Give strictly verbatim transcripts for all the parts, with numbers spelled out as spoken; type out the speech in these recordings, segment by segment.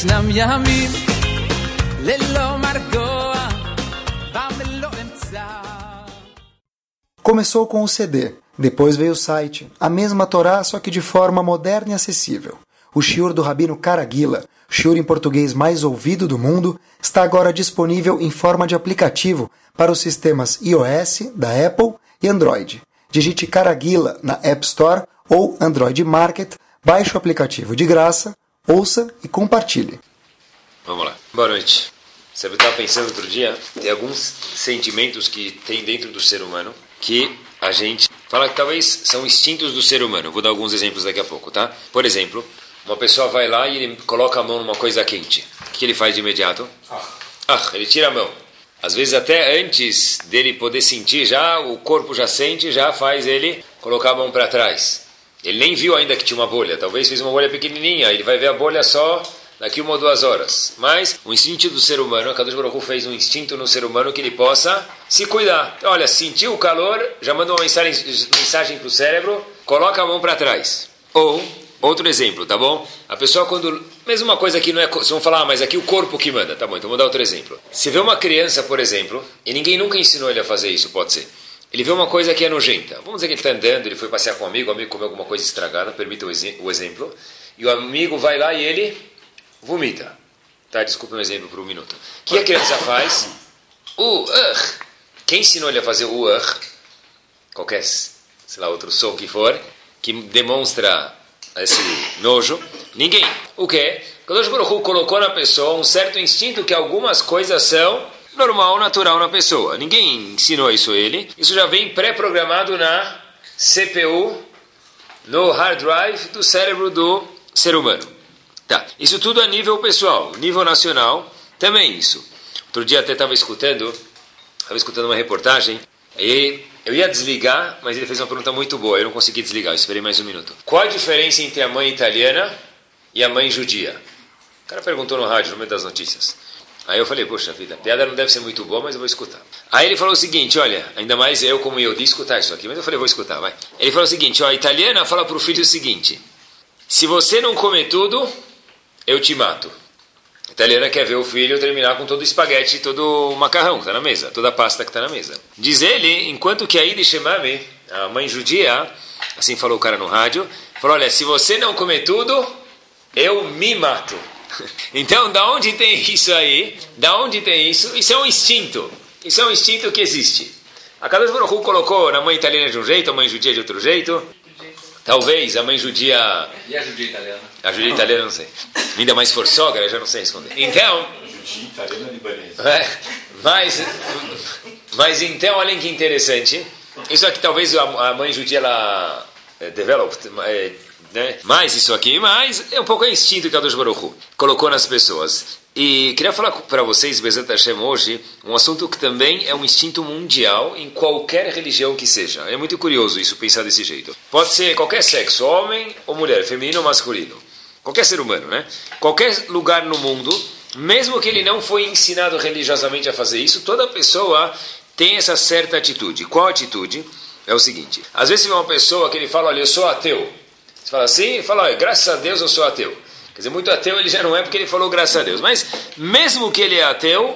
ישנם ימים ללא מרגוע במלוא אמצע. Começou com o C D, depois veio o site, a mesma Torá, só que de forma moderna e acessível. O shiur do Rabino Caraguila, o shiur em português mais ouvido do mundo, está agora disponível em forma de aplicativo para os sistemas iOS, da Apple e Android. Digite Caraguila na App Store ou Android Market, baixe o aplicativo de graça, ouça e compartilhe. Vamos lá. Boa noite. Sabe, eu estava pensando outro dia, tem alguns sentimentos que tem dentro do ser humano que a gente fala que talvez são instintos do ser humano. Vou dar alguns exemplos daqui a pouco, tá? Por exemplo, uma pessoa vai lá e ele coloca a mão numa coisa quente. O que ele faz de imediato? Ah, ah ele tira a mão. Às vezes até antes dele poder sentir, já o corpo já sente, já faz ele colocar a mão para trás. Ele nem viu ainda que tinha uma bolha. Talvez fez uma bolha pequenininha. Ele vai ver a bolha só daqui uma ou duas horas. Mas o instinto do ser humano, a Kadosh Baruch Hu fez um instinto no ser humano que ele possa se cuidar. Então, olha, sentiu o calor, já manda uma mensagem, mensagem para o cérebro, coloca a mão para trás. Ou... outro exemplo, tá bom? A pessoa quando... mesmo uma coisa que não é... vocês vão falar, ah, mas aqui o corpo que manda. Tá bom, então vou dar outro exemplo. Se vê uma criança, por exemplo, e ninguém nunca ensinou ele a fazer isso, pode ser. Ele vê uma coisa que é nojenta. Vamos dizer que ele está andando, ele foi passear com um amigo, o amigo comeu alguma coisa estragada, permita o, exe- o exemplo, e o amigo vai lá e ele vomita. Tá, desculpa um exemplo por um minuto. O que a criança faz? O uh, quem ensinou ele a fazer o uh, qualquer, sei lá, outro som que for, que demonstra esse nojo? Ninguém. O quê? Kadosh Baruch Hu colocou na pessoa um certo instinto que algumas coisas são normal, natural na pessoa. Ninguém ensinou isso a ele. Isso já vem pré-programado na C P U, no hard drive do cérebro do ser humano. Tá. Isso tudo a nível pessoal. Nível nacional, também isso. Outro dia até estava escutando, estava escutando uma reportagem, e eu ia desligar, mas ele fez uma pergunta muito boa, eu não consegui desligar, eu esperei mais um minuto. Qual a diferença entre a mãe italiana e a mãe judia? O cara perguntou no rádio, no meio das notícias. Aí eu falei, poxa vida, a piada não deve ser muito boa, mas eu vou escutar. Aí ele falou o seguinte, olha, ainda mais eu como eu, de escutar isso aqui, mas eu falei, vou escutar, vai. Ele falou o seguinte, ó, a italiana fala para o filho o seguinte, se você não comer tudo, eu te mato. A italiana quer ver o filho terminar com todo o espaguete, todo o macarrão que está na mesa, toda a pasta que está na mesa. Diz ele, enquanto que a Idi Shemami, a mãe judia, assim falou o cara no rádio, falou, olha, se você não comer tudo, eu me mato. Então, da onde tem isso aí? Da onde tem isso? Isso é um instinto. Isso é um instinto que existe. A Kadosh Baruch Hu colocou na mãe italiana de um jeito, a mãe judia de outro jeito. Talvez a mãe judia... E a judia italiana? A judia italiana, não sei. Ainda mais for sogra, já não sei responder. Então... Judia italiana libanesa. É, mas, mas então, olha que interessante. Isso aqui talvez a mãe judia, ela... developed... né? Mais isso aqui, mas é um pouco o instinto que a Kadosh Baruch Hu colocou nas pessoas. E queria falar para vocês, Bezat Hashem, hoje, um assunto que também é um instinto mundial em qualquer religião que seja. É muito curioso isso, pensar desse jeito. Pode ser qualquer sexo, homem ou mulher, feminino ou masculino. Qualquer ser humano, né? Qualquer lugar no mundo, mesmo que ele não foi ensinado religiosamente a fazer isso, toda pessoa tem essa certa atitude. Qual atitude? É o seguinte, às vezes você vê uma pessoa que ele fala, olha, eu sou ateu. Você fala assim, e fala, olha, graças a Deus eu sou ateu. Quer dizer, muito ateu ele já não é porque ele falou graças a Deus. Mas, mesmo que ele é ateu,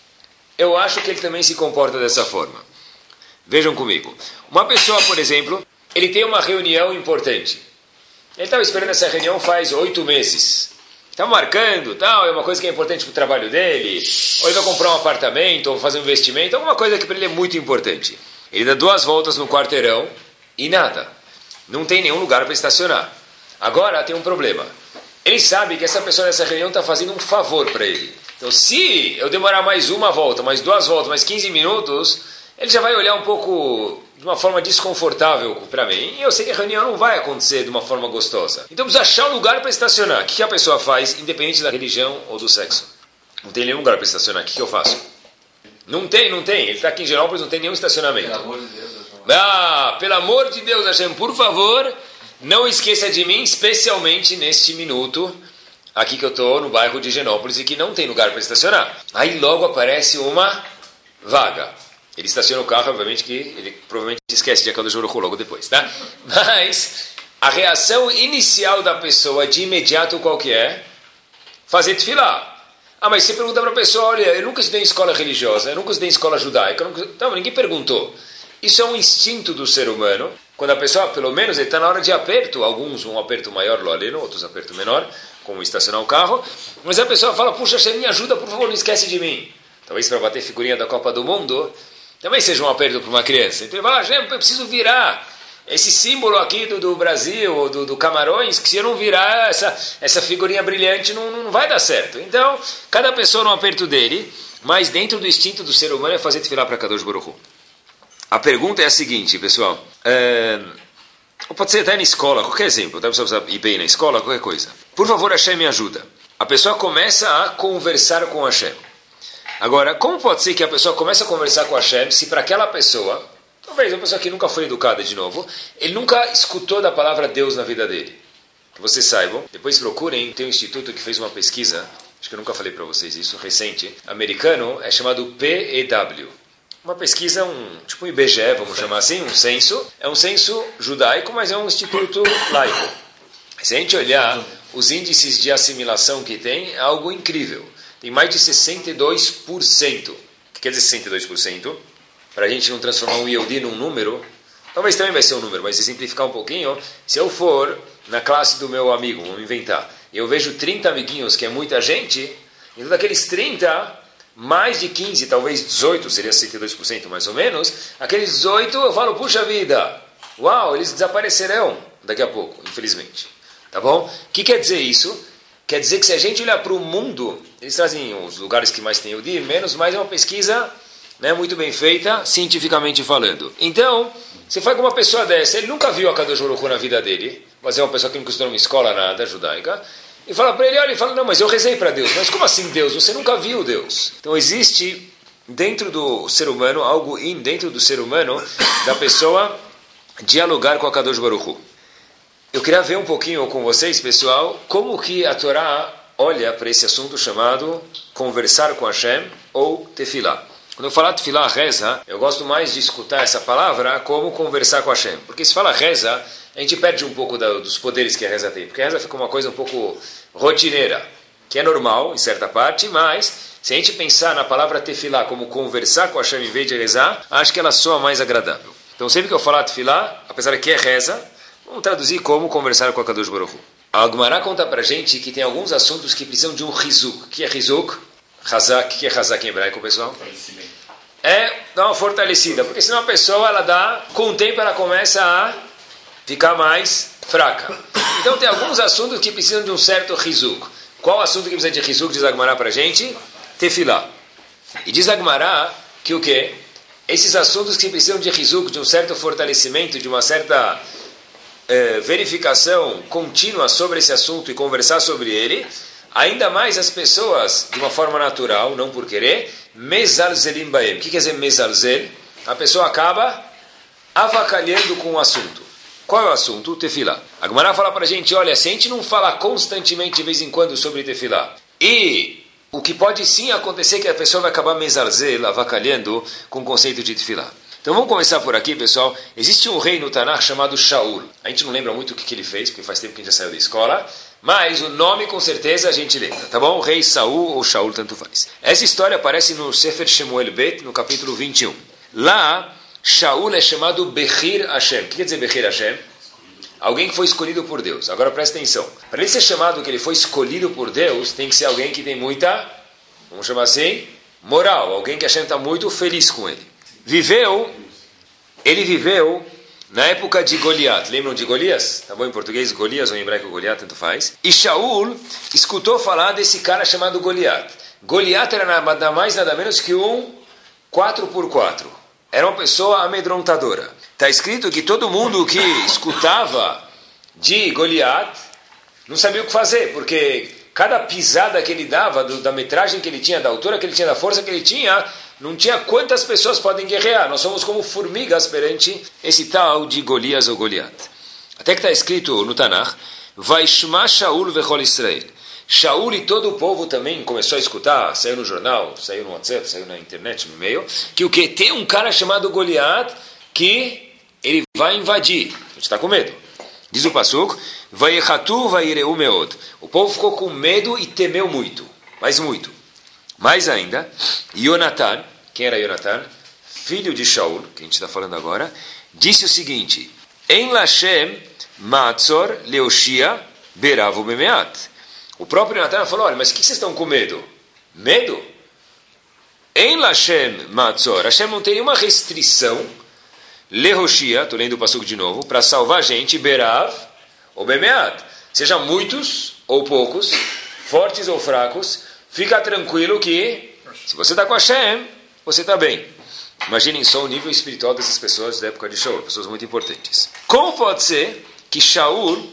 eu acho que ele também se comporta dessa forma. Vejam comigo. Uma pessoa, por exemplo, ele tem uma reunião importante. Ele estava esperando essa reunião faz oito meses. Está marcando, tal, é uma coisa que é importante para o trabalho dele. Ou ele vai comprar um apartamento, ou fazer um investimento, alguma coisa que para ele é muito importante. Ele dá duas voltas no quarteirão e nada. Não tem nenhum lugar para estacionar. Agora tem um problema. Ele sabe que essa pessoa nessa reunião está fazendo um favor para ele. Então, se eu demorar mais uma volta, mais duas voltas, mais quinze minutos, ele já vai olhar um pouco de uma forma desconfortável para mim. E eu sei que a reunião não vai acontecer de uma forma gostosa. Então, precisa achar um lugar para estacionar. O que a pessoa faz, independente da religião ou do sexo? Não tem nenhum lugar para estacionar. O que eu faço? Não tem, não tem. Ele está aqui em Genópolis, não tem nenhum estacionamento. Pelo amor de Deus, Hashem. Ah, pelo amor de Deus, Hashem, por favor... Não esqueça de mim, especialmente neste minuto, aqui que eu estou no bairro de Genópolis e que não tem lugar para estacionar. Aí logo aparece uma vaga. Ele estaciona o carro, obviamente que ele provavelmente esquece de Akadosh Baruch Hu logo depois, tá? Mas a reação inicial da pessoa de imediato qual que é? fazer tefilá. Ah, mas você pergunta para a pessoa, olha, eu nunca estudei em escola religiosa, eu nunca estudei em escola judaica, eu nunca... Não, ninguém perguntou. Isso é um instinto do ser humano. Quando a pessoa, pelo menos, está na hora de aperto, alguns um aperto maior, loaleno, outros aperto menor, como estacionar o carro, mas a pessoa fala, puxa, Hashem, me ajuda, por favor, não esquece de mim. Talvez para bater figurinha da Copa do Mundo, também seja um aperto para uma criança. Então ele fala, Hashem, eu preciso virar esse símbolo aqui do, do Brasil, ou do, do Camarões, que se eu não virar essa, essa figurinha brilhante, não, não vai dar certo. Então, cada pessoa no aperto dele, mas dentro do instinto do ser humano é fazer tefilá para Kadosh Baruch Hu. A pergunta é a seguinte, pessoal. É, pode ser até na escola, qualquer exemplo. A pessoa precisa ir bem na escola, qualquer coisa. Por favor, Hashem, me ajuda. A pessoa começa a conversar com Hashem. Agora, como pode ser que a pessoa comece a conversar com Hashem se para aquela pessoa, talvez uma pessoa que nunca foi educada de novo, ele nunca escutou da palavra Deus na vida dele? Que vocês saibam, depois procurem, tem um instituto que fez uma pesquisa, acho que eu nunca falei para vocês isso, recente, americano, é chamado P E W. Uma pesquisa, um, tipo um I B G E, vamos chamar assim, um censo. É um censo judaico, mas é um instituto laico. Se a gente olhar os índices de assimilação que tem, é algo incrível. Tem mais de sessenta e dois por cento. O que quer dizer sessenta e dois por cento? Para a gente não transformar um Yehudi num número, talvez também vai ser um número, mas exemplificar um pouquinho, se eu for na classe do meu amigo, vamos inventar, e eu vejo trinta amiguinhos, que é muita gente, então daqueles trinta... mais de quinze, talvez dezoito, seria sessenta e dois por cento mais ou menos, aqueles dezoito eu falo, puxa vida, uau, eles desaparecerão daqui a pouco, infelizmente. Tá bom? O que quer dizer isso? Quer dizer que se a gente olhar para o mundo, eles trazem os lugares que mais tem Yehudi, menos, mas é uma pesquisa, né, muito bem feita, cientificamente falando. Então, você faz com uma pessoa dessa, ele nunca viu a Kadosh Baruch Hu na vida dele, mas é uma pessoa que nunca estudou numa escola nada judaica, e fala para ele, olha, ele fala, não, mas eu rezei para Deus. Mas como assim Deus? Você nunca viu Deus. Então existe dentro do ser humano, algo in, dentro do ser humano, da pessoa dialogar com a Kadosh Baruch Hu. Eu queria ver um pouquinho com vocês, pessoal, como que a Torá olha para esse assunto chamado conversar com Hashem ou tefilá. Quando eu falar tefilá, reza, eu gosto mais de escutar essa palavra como conversar com Hashem. Porque se fala reza, a gente perde um pouco da, dos poderes que a reza tem. Porque a reza fica uma coisa um pouco rotineira, que é normal em certa parte, mas se a gente pensar na palavra tefilá como conversar com Hashem em vez de rezar, acho que ela soa mais agradável. Então sempre que eu falar tefilá, apesar de que é reza, vamos traduzir como conversar com a Kadosh Baruch Hu. A Agmará conta pra gente que tem alguns assuntos que precisam de um rizuk. O que é rizuk? Hazak. O que é hazak em hebraico, pessoal? É dar uma fortalecida, porque senão a pessoa, ela dá, com o tempo ela começa a ficar mais fraca. Então tem alguns assuntos que precisam de um certo rizuk. Qual assunto que precisa de rizuk, diz Agmará pra gente? Tefilá. E diz Agmará que o quê? Esses assuntos que precisam de rizuk, de um certo fortalecimento, de uma certa eh, verificação contínua sobre esse assunto e conversar sobre ele, ainda mais as pessoas, de uma forma natural, não por querer, mezalzelim baem. O que quer dizer mezalzel? A pessoa acaba avacalhando com o assunto. Qual é o assunto? O tefilá. A Gemara fala para a gente, olha, se a gente não falar constantemente, de vez em quando, sobre tefilá, e o que pode sim acontecer é que a pessoa vai acabar mezalzel, avacalhando com o conceito de tefilá. Então vamos começar por aqui, pessoal. Existe um rei no Tanakh chamado Shaul. A gente não lembra muito o que, que ele fez, porque faz tempo que a gente já saiu da escola, mas o nome com certeza a gente lembra, tá bom? O rei Saul ou Shaul, tanto faz. Essa história aparece no Sefer Shemuel Bet, no capítulo vinte e um. Lá, Shaul é chamado Bechir Hashem. O que quer dizer Bechir Hashem? Alguém que foi escolhido por Deus. Agora presta atenção. Para ele ser chamado que ele foi escolhido por Deus, tem que ser alguém que tem muita, vamos chamar assim, moral. Alguém que Hashem está muito feliz com ele. Viveu, ele viveu na época de Goliat. Lembram de Golias? Tá bom em português? Golias ou em hebraico Goliat, tanto faz. E Shaul escutou falar desse cara chamado Goliat. Goliat era nada mais, nada menos que um quatro por quatro. Era uma pessoa amedrontadora. Está escrito que todo mundo que escutava de Goliat não sabia o que fazer, porque cada pisada que ele dava, do, da metragem que ele tinha, da altura que ele tinha, da força que ele tinha, não tinha quantas pessoas podem guerrear. Nós somos como formigas perante esse tal de Golias ou Goliat. Até que está escrito no Tanakh, Vaishma Shaul vechol Israel. Shaul e todo o povo também começou a escutar, saiu no jornal, saiu no WhatsApp, saiu na internet, no e-mail, que o que? Tem um cara chamado Goliat que ele vai invadir. A gente está com medo. Diz o Pasuk, Vayechatu vaireu meod. O povo ficou com medo e temeu muito, mas muito. Mais ainda, Yonatan, quem era Yonatan? Filho de Shaul, que a gente está falando agora, disse o seguinte, Em Lashem Matzor Leoshia Beravu Bemeat. O próprio Yonatan falou, olha, mas o que vocês estão com medo? Medo? Em Lashem Matzor, Hashem não tem nenhuma restrição, Leoshia, estou lendo o Pasuk de novo, para salvar a gente, Berav ou Bemeat. Seja muitos ou poucos, fortes ou fracos, fica tranquilo que, se você está com Hashem, você está bem. Imaginem só o nível espiritual dessas pessoas da época de Shaul, pessoas muito importantes. Como pode ser que Shaul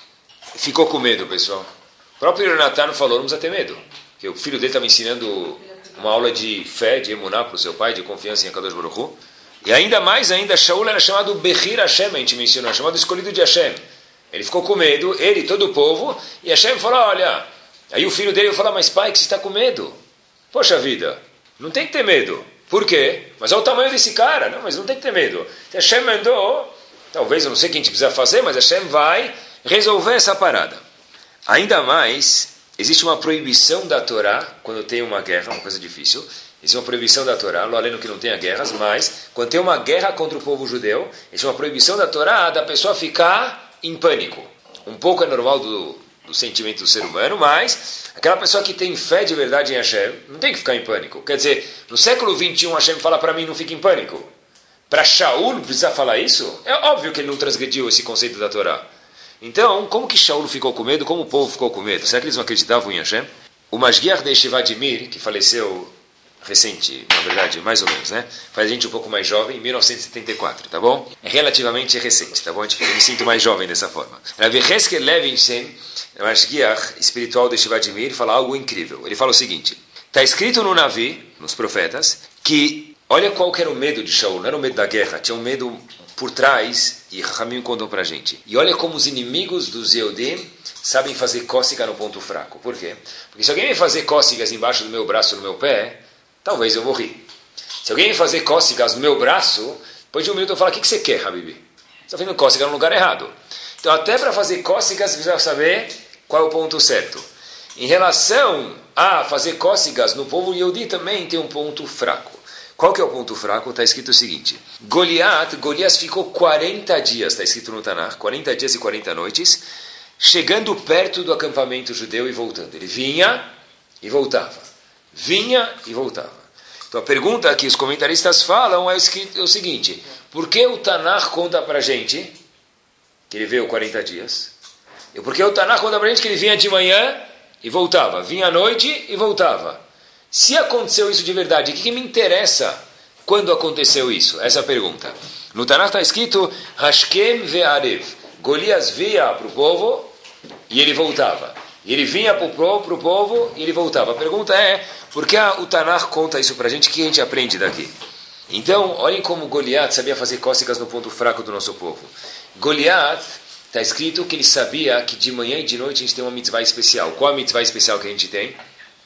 ficou com medo, pessoal? O próprio Yonatan falou, não precisa ter medo. Porque o filho dele estava ensinando uma aula de fé, de emuná para o seu pai, de confiança em Akadosh Baruch Hu. E ainda mais, ainda Shaul era chamado Bechir Hashem, a gente mencionou, chamado escolhido de Hashem. Ele ficou com medo, ele e todo o povo, e Hashem falou, olha... Aí o filho dele falou, mas pai, que você está com medo? Poxa vida, não tem que ter medo. Por quê? Mas olha o tamanho desse cara. Não, mas não tem que ter medo. Então, Hashem mandou, talvez, eu não sei o que a gente precisa fazer, mas Hashem vai resolver essa parada. Ainda mais, existe uma proibição da Torá, quando tem uma guerra, uma coisa difícil, existe uma proibição da Torá, lo além do que não tenha guerras, mas quando tem uma guerra contra o povo judeu, existe uma proibição da Torá da pessoa ficar em pânico. Um pouco é normal do... do sentimento do ser humano, mas aquela pessoa que tem fé de verdade em Hashem não tem que ficar em pânico. Quer dizer, no século vinte e um Hashem fala para mim, não fique em pânico. Para Shaul precisar falar isso? É óbvio que ele não transgrediu esse conceito da Torá. Então, como que Shaul ficou com medo? Como o povo ficou com medo? Será que eles não acreditavam em Hashem? O Mashgiach de Shivadimir, que faleceu recente, na verdade, mais ou menos, né? Faz a gente um pouco mais jovem, em mil novecentos e setenta e quatro, tá bom? É relativamente recente, tá bom? Eu me sinto mais jovem dessa forma. Rav Yecheskel Levinson, o Mashgiach espiritual de Shivadimir, fala algo incrível. Ele fala o seguinte, está escrito no Navi, nos profetas, que olha qual que era o medo de Shaul, não era o medo da guerra, tinha um medo por trás, e Ramim contou pra gente. E olha como os inimigos dos Yehudim sabem fazer cócega no ponto fraco. Por quê? Porque se alguém me fazer cócegas embaixo do meu braço, no meu pé, talvez eu vou rir. Se alguém me fazer cócegas no meu braço, depois de um minuto eu falo, o que, que você quer, Habibi? Você está fazendo cócega no lugar errado. Então até para fazer cócegas, você precisa saber qual é o ponto certo. Em relação a fazer cócegas no povo Yehudi também tem um ponto fraco. Qual que é o ponto fraco? Está escrito o seguinte, Goliat, Golias ficou quarenta dias, está escrito no Tanakh, quarenta dias e quarenta noites, chegando perto do acampamento judeu e voltando. Ele vinha e voltava. Vinha e voltava. Então a pergunta que os comentaristas falam é o seguinte, por que o Tanakh conta para a gente que ele veio quarenta dias? E por que o Tanakh conta para a gente que ele vinha de manhã e voltava? Vinha à noite e voltava. Se aconteceu isso de verdade, o que, que me interessa quando aconteceu isso? Essa é a pergunta. No Tanakh está escrito Hashkem ve'arev. Golias via para o povo e ele voltava. E ele vinha para o povo e ele voltava. A pergunta é, por que o Tanakh conta isso para a gente? O que a gente aprende daqui? Então, olhem como Goliat sabia fazer cócegas no ponto fraco do nosso povo. Goliat, está escrito que ele sabia que de manhã e de noite a gente tem uma mitzvah especial. Qual a mitzvah especial que a gente tem?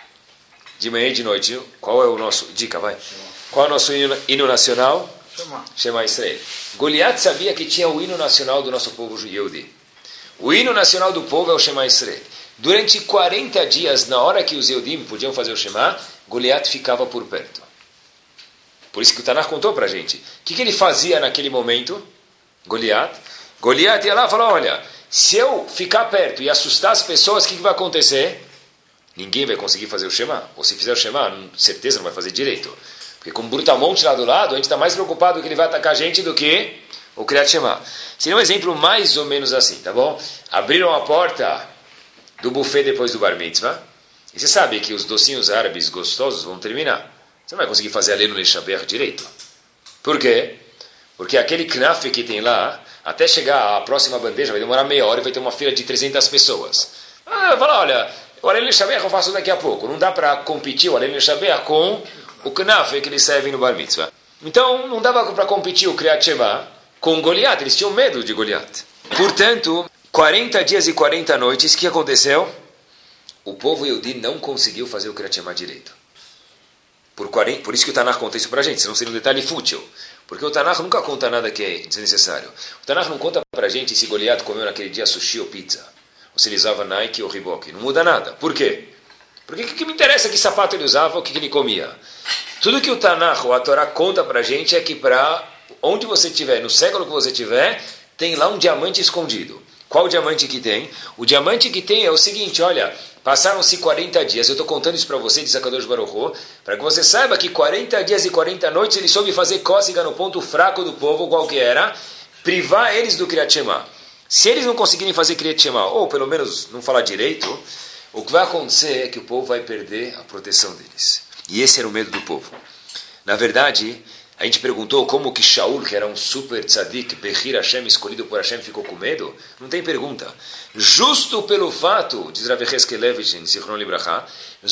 De manhã e de noite. Qual é o nosso... Dica, vai. Qual é o nosso hino, hino nacional? Shema. Shema Israel. Goliat sabia que tinha o hino nacional do nosso povo Yehudi. O hino nacional do povo é o Shema Israel. Durante quarenta dias, na hora que os Yehudim podiam fazer o Shema, Goliat ficava por perto. Por isso que o Tanakh contou para a gente. O que, que ele fazia naquele momento? Goliat. Goliat ia lá e falou, olha, se eu ficar perto e assustar as pessoas, o que, que vai acontecer? Ninguém vai conseguir fazer o Shema. Ou se fizer o Shema, certeza não vai fazer direito. Porque com o brutamonte lá do lado, a gente está mais preocupado que ele vai atacar a gente do que o Kriyat Shema. Seria um exemplo mais ou menos assim, tá bom? Abriram a porta do buffet depois do Bar Mitzvah, e você sabe que os docinhos árabes gostosos vão terminar. Você não vai conseguir fazer ali no Lechaber direito. Por quê? Porque aquele knaf que tem lá, até chegar à próxima bandeja, vai demorar meia hora e vai ter uma fila de trezentas pessoas. Ah, fala, olha, o Alei Lechaber eu faço daqui a pouco. Não dá para competir o Alei Lechaber com o knaf que eles servem no Bar Mitzvah. Então, não dava para competir o Kriyat Shema com Goliat. Eles tinham medo de Goliat. Portanto, quarenta dias e quarenta noites, o que aconteceu? O povo Yehudi não conseguiu fazer o Kriyat Shema direito. Por, quarenta, por isso que o Tanakh conta isso para a gente, senão seria um detalhe fútil. Porque o Tanakh nunca conta nada que é desnecessário. O Tanakh não conta para para a gente se Goliat comeu naquele dia sushi ou pizza, ou se ele usava Nike ou Reebok. Não muda nada. Por quê? Porque o que, que me interessa que sapato ele usava, o que, que ele comia? Tudo que o Tanakh, ou a Torá, conta para a gente é que para onde você estiver, no século que você estiver, tem lá um diamante escondido. Qual o diamante que tem? O diamante que tem é o seguinte, olha, passaram-se quarenta dias, eu estou contando isso para você, diz Akadosh Baruch Hu, para que você saiba que quarenta dias e quarenta noites ele soube fazer cócega no ponto fraco do povo, qual que era? Privar eles do Kriyat Shema. Se eles não conseguirem fazer Kriyat Shema, ou pelo menos não falar direito, o que vai acontecer é que o povo vai perder a proteção deles. E esse era o medo do povo. Na verdade, a gente perguntou como que Shaul, que era um super tzadik, Behir Hashem, escolhido por Hashem, ficou com medo? Não tem pergunta. Justo pelo fato, diz Rav Yechezkel Levitin, Zichron Libraha,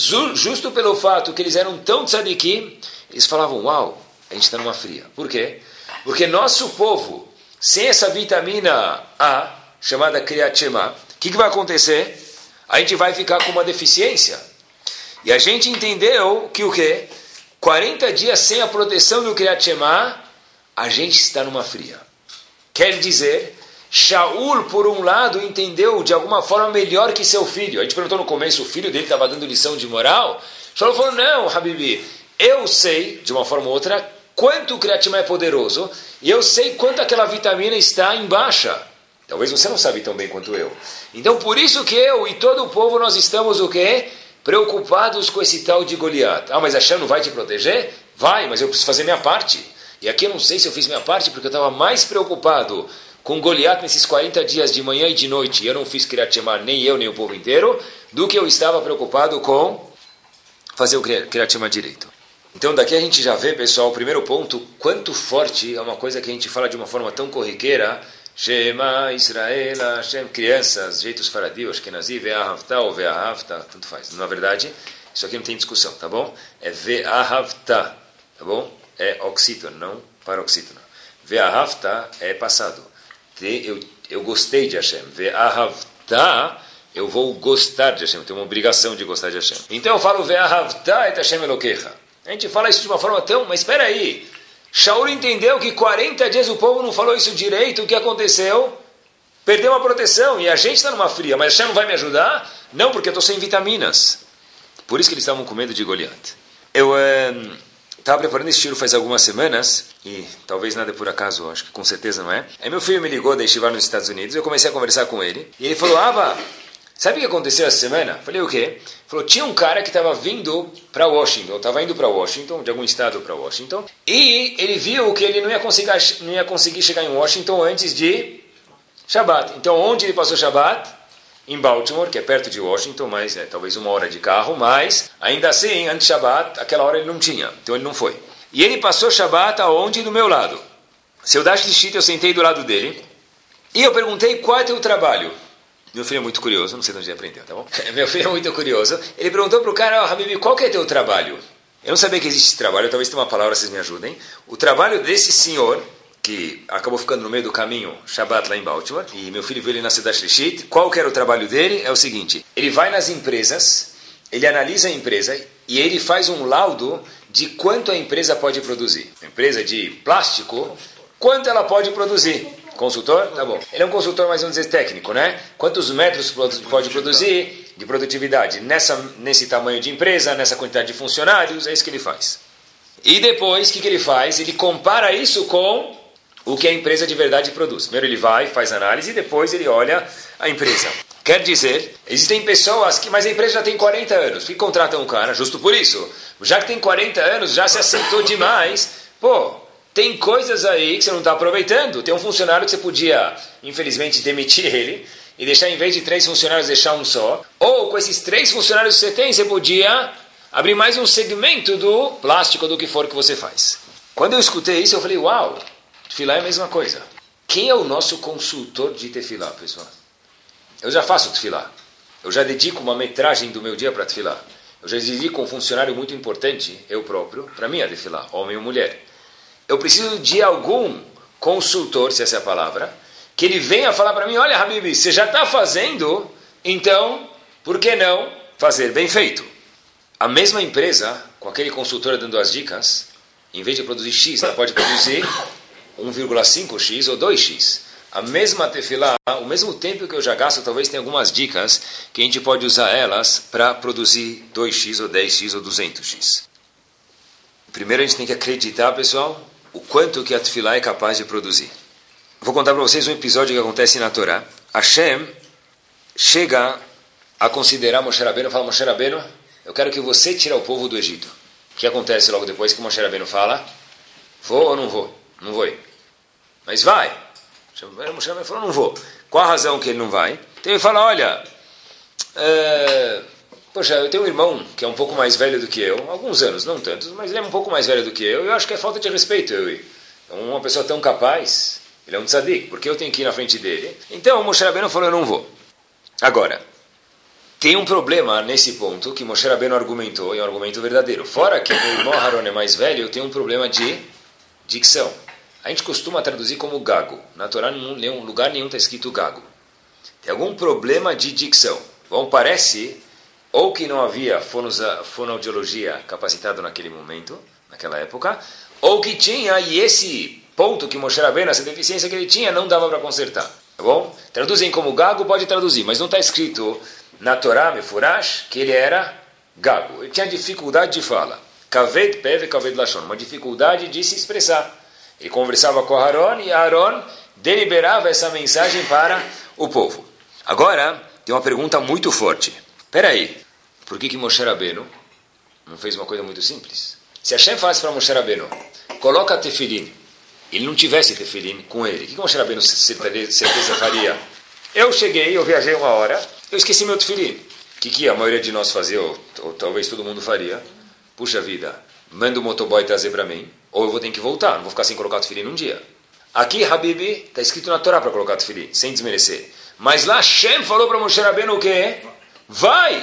justo pelo fato que eles eram tão tzadikim, eles falavam, uau, a gente está numa fria. Por quê? Porque nosso povo, sem essa vitamina A, chamada Kriyat Shema, o que, que vai acontecer? A gente vai ficar com uma deficiência. E a gente entendeu que o quê? quarenta dias sem a proteção do Kriyat Shema, a gente está numa fria. Quer dizer, Shaul, por um lado, entendeu de alguma forma melhor que seu filho. A gente perguntou no começo, o filho dele estava dando lição de moral? Shaul falou, não, Habibi, eu sei, de uma forma ou outra, quanto o Kriyat Shema é poderoso, e eu sei quanto aquela vitamina está em baixa. Talvez você não sabe tão bem quanto eu. Então, por isso que eu e todo o povo, nós estamos o quê? Preocupados com esse tal de Goliat. Ah, mas Hashem não vai te proteger? Vai, mas eu preciso fazer minha parte. E aqui eu não sei se eu fiz minha parte, porque eu estava mais preocupado com Goliat nesses quarenta dias de manhã e de noite, e eu não fiz Kriyat Shema, nem eu, nem o povo inteiro, do que eu estava preocupado com fazer o Kriyat Shema direito. Então daqui a gente já vê, pessoal, o primeiro ponto, quanto forte é uma coisa que a gente fala de uma forma tão corriqueira, Shema, Israel, Hashem, crianças, jeitos faradio, Ashkenazi, Ve'ahavta ou Ve'ahavta, tanto faz. Na verdade, isso aqui não tem discussão, tá bom? É Ve'ahavta, tá bom? É oxítono, não paroxítono. Ve'ahavta é passado. Eu, eu gostei de Hashem. Ve'ahavta, eu vou gostar de Hashem, eu tenho uma obrigação de gostar de Hashem. Então eu falo Ve'ahavta et Hashem Elokecha. A gente fala isso de uma forma tão, mas espera aí. Shaul entendeu que quarenta dias o povo não falou isso direito, o que aconteceu? Perdeu a proteção, e a gente está numa fria, mas Hashem não vai me ajudar? Não, porque eu estou sem vitaminas. Por isso que eles estavam com medo de Goliat. Eu estava é, preparando esse tiro faz algumas semanas, e talvez nada por acaso, acho que com certeza não é. Aí meu filho me ligou da Yeshiva nos Estados Unidos, eu comecei a conversar com ele, e ele falou, Aba, sabe o que aconteceu essa semana? Falei, o quê? Falou, tinha um cara que estava vindo para Washington, estava indo para Washington, de algum estado para Washington, e ele viu que ele não ia, conseguir, não ia conseguir chegar em Washington antes de Shabbat. Então, onde ele passou Shabbat? Em Baltimore, que é perto de Washington, mas é talvez uma hora de carro, mas ainda assim, antes de Shabbat, aquela hora ele não tinha, então ele não foi. E ele passou Shabbat aonde? Do meu lado. Seu Dash de Shita, eu sentei do lado dele, e eu perguntei, qual é teu trabalho? Meu filho é muito curioso, não sei de onde ele aprendeu, tá bom? Meu filho é muito curioso. Ele perguntou para o cara, oh, Habibi, qual que é teu trabalho? Eu não sabia que existe esse trabalho, talvez tenha uma palavra, vocês me ajudem. O trabalho desse senhor, que acabou ficando no meio do caminho, Shabbat lá em Baltimore, e meu filho viu ele na cidade de Shlishit, qual que era o trabalho dele? É o seguinte, ele vai nas empresas, ele analisa a empresa, e ele faz um laudo de quanto a empresa pode produzir. Uma empresa de plástico, quanto ela pode produzir. Consultor? Tá bom. Ele é um consultor, mais vamos dizer, técnico, né? Quantos metros pode produzir de produtividade nessa, nesse tamanho de empresa, nessa quantidade de funcionários, é isso que ele faz. E depois, o que, que ele faz? Ele compara isso com o que a empresa de verdade produz. Primeiro ele vai, faz análise, e depois ele olha a empresa. Quer dizer, existem pessoas que, mas a empresa já tem quarenta anos, que contratam um cara, justo por isso. Já que tem quarenta anos, já se assentou demais, pô, tem coisas aí que você não está aproveitando. Tem um funcionário que você podia, infelizmente, demitir ele e deixar, em vez de três funcionários, deixar um só. Ou, com esses três funcionários que você tem, você podia abrir mais um segmento do plástico, do que for que você faz. Quando eu escutei isso, eu falei, uau, tefilá é a mesma coisa. Quem é o nosso consultor de tefilá, pessoal? Eu já faço tefilá. Eu já dedico uma metragem do meu dia para tefilá. Eu já dedico um funcionário muito importante, eu próprio, para mim a tefilá, homem ou mulher. Eu preciso de algum consultor, se essa é a palavra, que ele venha falar para mim, olha, Habibi, você já está fazendo, então, por que não fazer bem feito? A mesma empresa, com aquele consultor dando as dicas, em vez de produzir X, ela pode produzir um vírgula cinco x ou dois x. a mesma tefilá, o mesmo tempo que eu já gasto, talvez tenha algumas dicas que a gente pode usar elas para produzir dois x ou dez x ou duzentos x. Primeiro a gente tem que acreditar, pessoal, o quanto que a tefilá é capaz de produzir. Vou contar para vocês um episódio que acontece na Torá. Hashem chega a considerar Moshe Rabbeinu e fala, Moshe Rabbeinu, eu quero que você tire o povo do Egito. O que acontece logo depois que Moshe Rabbeinu fala? Vou ou não vou? Não vou ir. Mas vai. Moshe Rabbeinu falou, não vou. Qual a razão que ele não vai? Então ele fala, olha, é, poxa, eu tenho um irmão que é um pouco mais velho do que eu, alguns anos, não tantos, mas ele é um pouco mais velho do que eu, e eu acho que é falta de respeito eu ir. Uma pessoa tão capaz, ele é um tzadik, porque eu tenho que ir na frente dele? Então Moshe Rabbeinu falou, eu não vou. Agora, tem um problema nesse ponto que Moshe Rabbeinu argumentou, e é um argumento verdadeiro. Fora que meu irmão Haron é mais velho, eu tenho um problema de dicção. A gente costuma traduzir como gago. Na Torá, em nenhum lugar nenhum está escrito gago. Tem algum problema de dicção. Bom, parece, ou que não havia fonosa, fonoaudiologia capacitado naquele momento, naquela época, ou que tinha, e esse ponto que Moshe Rabbeinu, essa deficiência que ele tinha, não dava para consertar. Tá bom? Traduzem como gago, pode traduzir, mas não está escrito na Torá, Mefurash, que ele era gago. Ele tinha dificuldade de fala. Kaved peve, kaved lashon. Uma dificuldade de se expressar. Ele conversava com Aaron e Aaron deliberava essa mensagem para o povo. Agora, tem uma pergunta muito forte. Espera aí, por que que Moshe Rabbeinu não fez uma coisa muito simples? Se Hashem falasse para Moshe Rabbeinu, coloca tefilim, ele não tivesse tefilim com ele, o que que Moshe Rabbeinu certeza faria? Eu cheguei, eu viajei uma hora, eu esqueci meu tefilim. O que que a maioria de nós fazia, ou, ou talvez todo mundo faria? Puxa vida, manda o motoboy trazer para mim, ou eu vou ter que voltar, não vou ficar sem colocar tefilim num dia. Aqui, Habibi, está escrito na Torá para colocar tefilim, sem desmerecer. Mas lá Hashem falou para Moshe Rabbeinu o quê? Vai!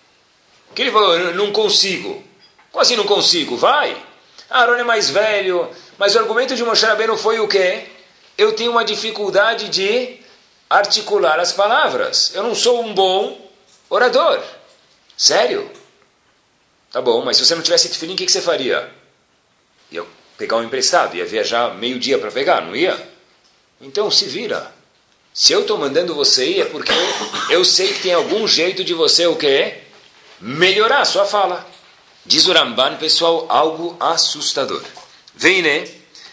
O que ele falou? Eu não consigo. Como assim não consigo? Vai! Aaron é mais velho, mas o argumento de Moshe Rabbeinu foi o quê? Eu tenho uma dificuldade de articular as palavras. Eu não sou um bom orador. Sério? Tá bom, mas se você não tivesse tefilim, o que você faria? Ia pegar um emprestado, ia viajar meio dia para pegar, não ia? Então se vira. Se eu estou mandando você ir é porque eu sei que tem algum jeito de você o quê? Melhorar a sua fala. Diz o Ramban, pessoal, algo assustador. Vem, né?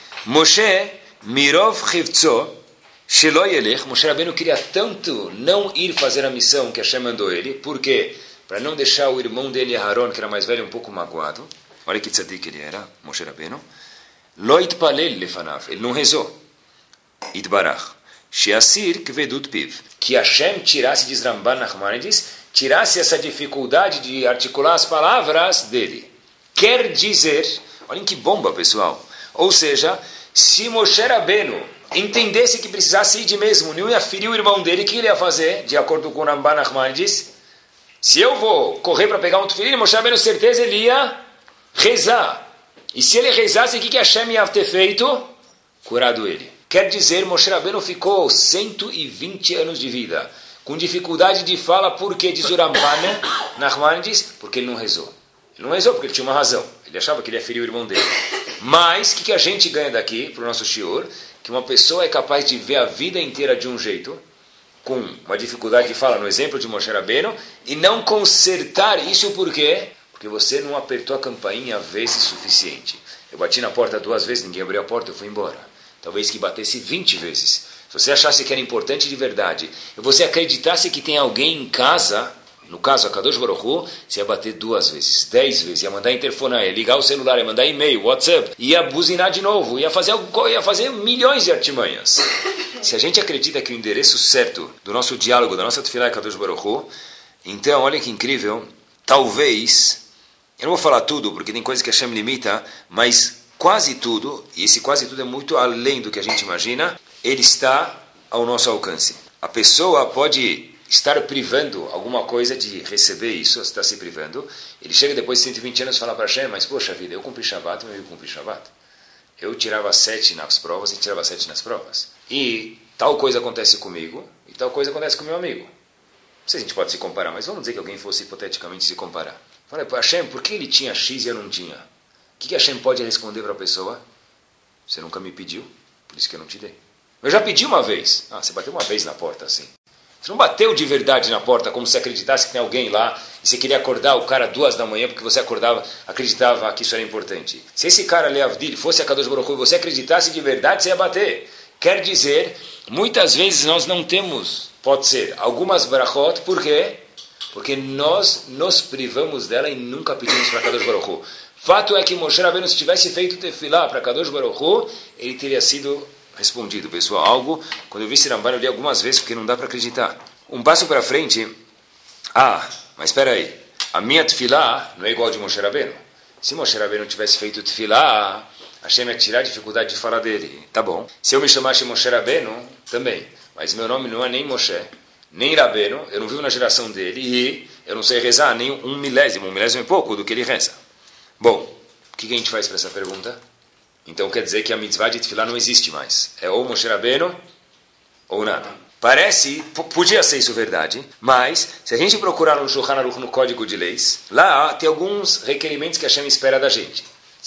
Moshe mirov chivtzo shelo yelech. Moshe Rabbeinu queria tanto não ir fazer a missão que Hashem mandou ele. Por quê? Para não deixar o irmão dele, Aaron, que era mais velho, um pouco magoado. Olha que tzadik ele era, Moshe Rabbeinu. Lo itpalel lefanav. Ele não rezou. Itbarach. Sheasir kvedut piv. Que Hashem tirasse, diz Ramban Nachmanides, tirasse essa dificuldade de articular as palavras dele. Quer dizer, olhem que bomba, pessoal. Ou seja, se Moshe Rabbeinu entendesse que precisasse ir de mesmo, não ia ferir o irmão dele, o que ele ia fazer? De acordo com Ramban Nachmanides, se eu vou correr para pegar um tefilim, Moshe Rabbeinu, certeza, ele ia rezar. E se ele rezasse, o que que Hashem ia ter feito? Curado ele. Quer dizer, Moshe Rabbeinu ficou cento e vinte anos de vida, com dificuldade de fala, porque diz o Ramban Nachmanides, porque ele não rezou. Ele não rezou porque ele tinha uma razão. Ele achava que ele ia ferir o irmão dele. Mas, o que, que a gente ganha daqui, para o nosso shiur? Que uma pessoa é capaz de ver a vida inteira de um jeito, com uma dificuldade de fala, no exemplo de Moshe Rabbeinu, e não consertar isso por quê? Porque você não apertou a campainha vezes suficiente. Eu bati na porta duas vezes, ninguém abriu a porta, eu fui embora. Talvez que batesse vinte vezes. Se você achasse que era importante de verdade, e você acreditasse que tem alguém em casa, no caso a Kadosh Baruch Hu, você ia bater duas vezes, dez vezes, ia mandar interfonar, ia ligar o celular, ia mandar e-mail, WhatsApp, ia buzinar de novo, ia fazer, ia fazer milhões de artimanhas. Se a gente acredita que o endereço certo do nosso diálogo, da nossa tefilá é Kadosh Baruch Hu, então, olha que incrível, talvez, eu não vou falar tudo, porque tem coisas que a Hashem limita, mas quase tudo, e esse quase tudo é muito além do que a gente imagina, ele está ao nosso alcance. A pessoa pode estar privando alguma coisa de receber isso, está se privando. Ele chega depois de cento e vinte anos e fala para Hashem, mas poxa vida, eu cumpri Shabbat, mas eu cumpri Shabbat. Eu tirava sete nas provas e tirava sete nas provas. E tal coisa acontece comigo, e tal coisa acontece com meu amigo. Não sei se a gente pode se comparar, mas vamos dizer que alguém fosse hipoteticamente se comparar. Fala, Hashem, por que ele tinha X e eu não tinha? O que, que Hashem pode responder para a pessoa? Você nunca me pediu, por isso que eu não te dei. Eu já pedi uma vez. Ah, você bateu uma vez na porta, assim. Você não bateu de verdade na porta, como se acreditasse que tem alguém lá e você queria acordar o cara duas da manhã porque você acordava, acreditava que isso era importante. Se esse cara, Leavdil, fosse a Kadosh Baruch Hu e você acreditasse de verdade, você ia bater. Quer dizer, muitas vezes nós não temos, pode ser, algumas brachot, por quê? Porque nós nos privamos dela e nunca pedimos para Kadosh Baruch Hu. Fato é que Moshe Rabbeinu, se tivesse feito tefilá para Kadosh Baruch Hu, ele teria sido respondido, pessoal. Algo, quando eu vi esse Ramban, eu li algumas vezes, porque não dá para acreditar. Um passo para frente, ah, mas espera aí, a minha tefilá não é igual de Moshe Rabbeinu. Se Moshe Rabbeinu tivesse feito tefilá, Hashem ia tirar a dificuldade de falar dele. Tá bom. Se eu me chamasse Moshe Rabbeinu, também. Mas meu nome não é nem Moshe, nem Rabbeinu, eu não vivo na geração dele, e eu não sei rezar nem um milésimo, um milésimo é pouco do que ele reza. Bom, o que a gente faz para essa pergunta? Então quer dizer que a mitzvah de tefilá não existe mais. É ou Moshe Rabbeinu ou nada. Parece, p- podia ser isso verdade, mas se a gente procurar no Shulchan Aruch, no Código de Leis, lá tem alguns requerimentos que a Hashem espera da gente.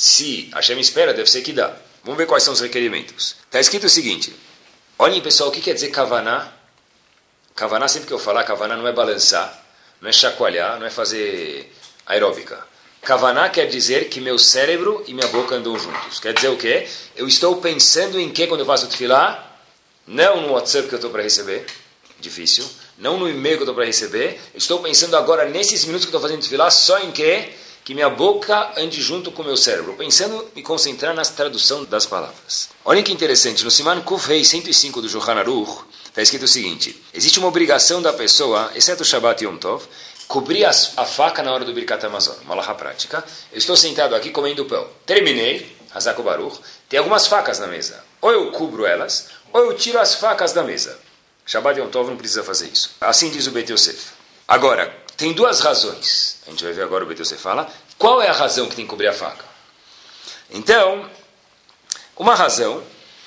Se a Hashem espera, deve ser que dá. Vamos ver quais são os requerimentos. Está escrito o seguinte, olhem pessoal, o que quer dizer kavaná? Kavaná, sempre que eu falar, kavaná não é balançar, não é chacoalhar, não é fazer aeróbica. Kavaná quer dizer que meu cérebro e minha boca andam juntos. Quer dizer o quê? Eu estou pensando em quê quando eu faço tefilá? Não no WhatsApp que eu estou para receber, difícil. Não no e-mail que eu estou para receber. Eu estou pensando agora, nesses minutos que eu estou fazendo tefilá, só em quê? Que minha boca ande junto com o meu cérebro. Pensando e concentrar na tradução das palavras. Olhem que interessante. No Siman Kuf Rei cento e cinco do Shulchan Aruch, está escrito o seguinte. Existe uma obrigação da pessoa, exceto o Shabbat e Yom Tov, cobrir a, a faca na hora do Birkat Hamazon, uma alahá prática. Eu estou sentado aqui comendo pão. Terminei, Hazak Baruch, tem algumas facas na mesa. Ou eu cubro elas, ou eu tiro as facas da mesa. Shabbat Yom Tov não precisa fazer isso. Assim diz o Beit Yosef. Agora, tem duas razões. A gente vai ver agora o Beit Yosef fala. Qual é a razão que tem que cobrir a faca? Então, uma razão,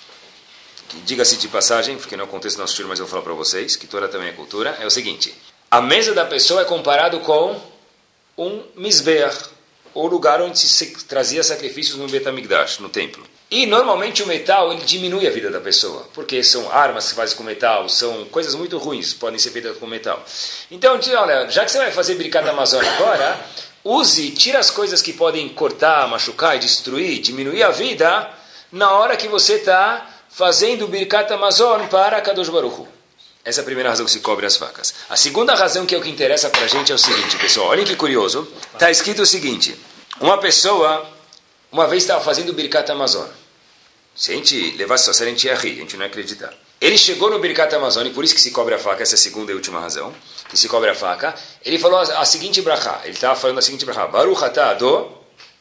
que diga-se de passagem, porque não é o contexto do nosso tiro, mas eu vou falar para vocês, que toda também é cultura, é o seguinte. A mesa da pessoa é comparado com um mizbeach, o lugar onde se trazia sacrifícios no Bet HaMikdash, no templo. E normalmente o metal ele diminui a vida da pessoa, porque são armas que se fazem com metal, são coisas muito ruins, podem ser feitas com metal. Então, olha, já que você vai fazer Birkat Hamazon agora, use, tira as coisas que podem cortar, machucar e destruir, diminuir a vida, na hora que você está fazendo Birkat Hamazon para Kadosh Baruch Hu. Essa é a primeira razão que se cobre as facas. A segunda razão que é o que interessa para a gente é o seguinte, pessoal. Olhem que curioso. Está escrito o seguinte. Uma pessoa, uma vez estava fazendo o Birkat Hamazon. Se a gente levasse só a sério, a gente ia rir, a gente não ia acreditar. Ele chegou no Birkat Hamazon, e por isso que se cobre a faca, essa é a segunda e última razão, que se cobre a faca. Ele falou a, a seguinte brachá. Ele estava falando a seguinte brachá. Baruch atah Ado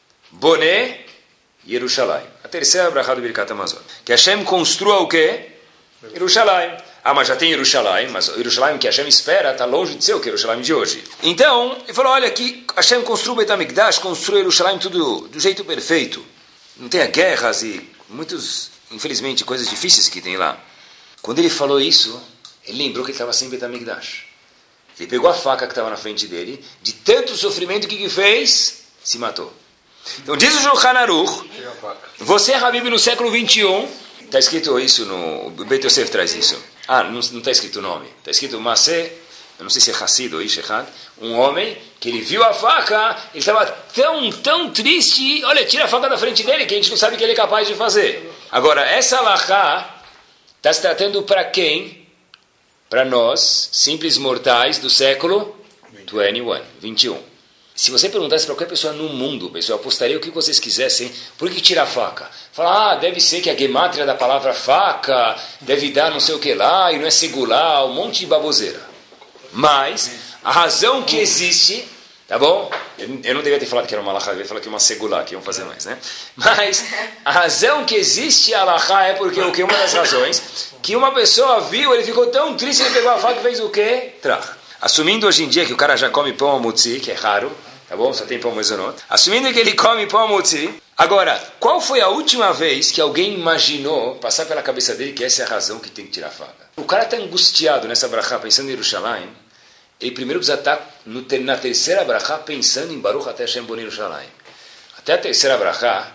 Boneh Yerushalayim. A terceira brachá do Birkat Hamazon. Que Hashem construa o quê? Yerushalayim. Ah, mas já tem Yerushalayim, mas o Yerushalayim que Hashem espera está longe de ser o que Yerushalayim de hoje. Então, ele falou, olha aqui, Hashem construiu o Bet HaMikdash, construiu Yerushalayim tudo do jeito perfeito. Não tenha guerras e muitos, infelizmente, coisas difíceis que tem lá. Quando ele falou isso, ele lembrou que ele estava sem Bet HaMikdash. Ele pegou a faca que estava na frente dele, de tanto sofrimento que ele fez, se matou. Então diz o Shulchan Aruch, você é Habib no século vinte e um, está escrito isso no... O Beit Yosef traz isso. Ah, não está escrito o nome. Está escrito Masé, eu não sei se é Hassid ou Ishechad, um homem que ele viu a faca, ele estava tão, tão triste, olha, tira a faca da frente dele, que a gente não sabe o que ele é capaz de fazer. Agora, essa alahá está se tratando para quem? Para nós, simples mortais do século vinte e um. Se você perguntasse para qualquer pessoa no mundo, pessoal, apostaria o que vocês quisessem, por que tira a faca? Fala, ah, deve ser que a gemátria da palavra faca deve dar não sei o que lá, e não é segular, um monte de baboseira. Mas, a razão que existe, tá bom? Eu, eu não devia ter falado que era uma alahá, eu devia falar que é uma segular, que iam fazer mais, né? Mas, a razão que existe a alahá é porque, o que? Uma das razões, que uma pessoa viu, ele ficou tão triste, ele pegou a faca e fez o quê? Trá. Assumindo hoje em dia que o cara já come pão amutzi, que é raro, tá bom? Só tem pão mezonot. Assumindo que ele come pão amutzi. Agora, qual foi a última vez que alguém imaginou passar pela cabeça dele que essa é a razão que tem que tirar a faca? O cara está angustiado nessa brachá, pensando em Yerushalayim. Ele primeiro precisa estar no, na terceira brachá pensando em Baruch atah Hashem bonei Yerushalayim. Até a terceira brachá,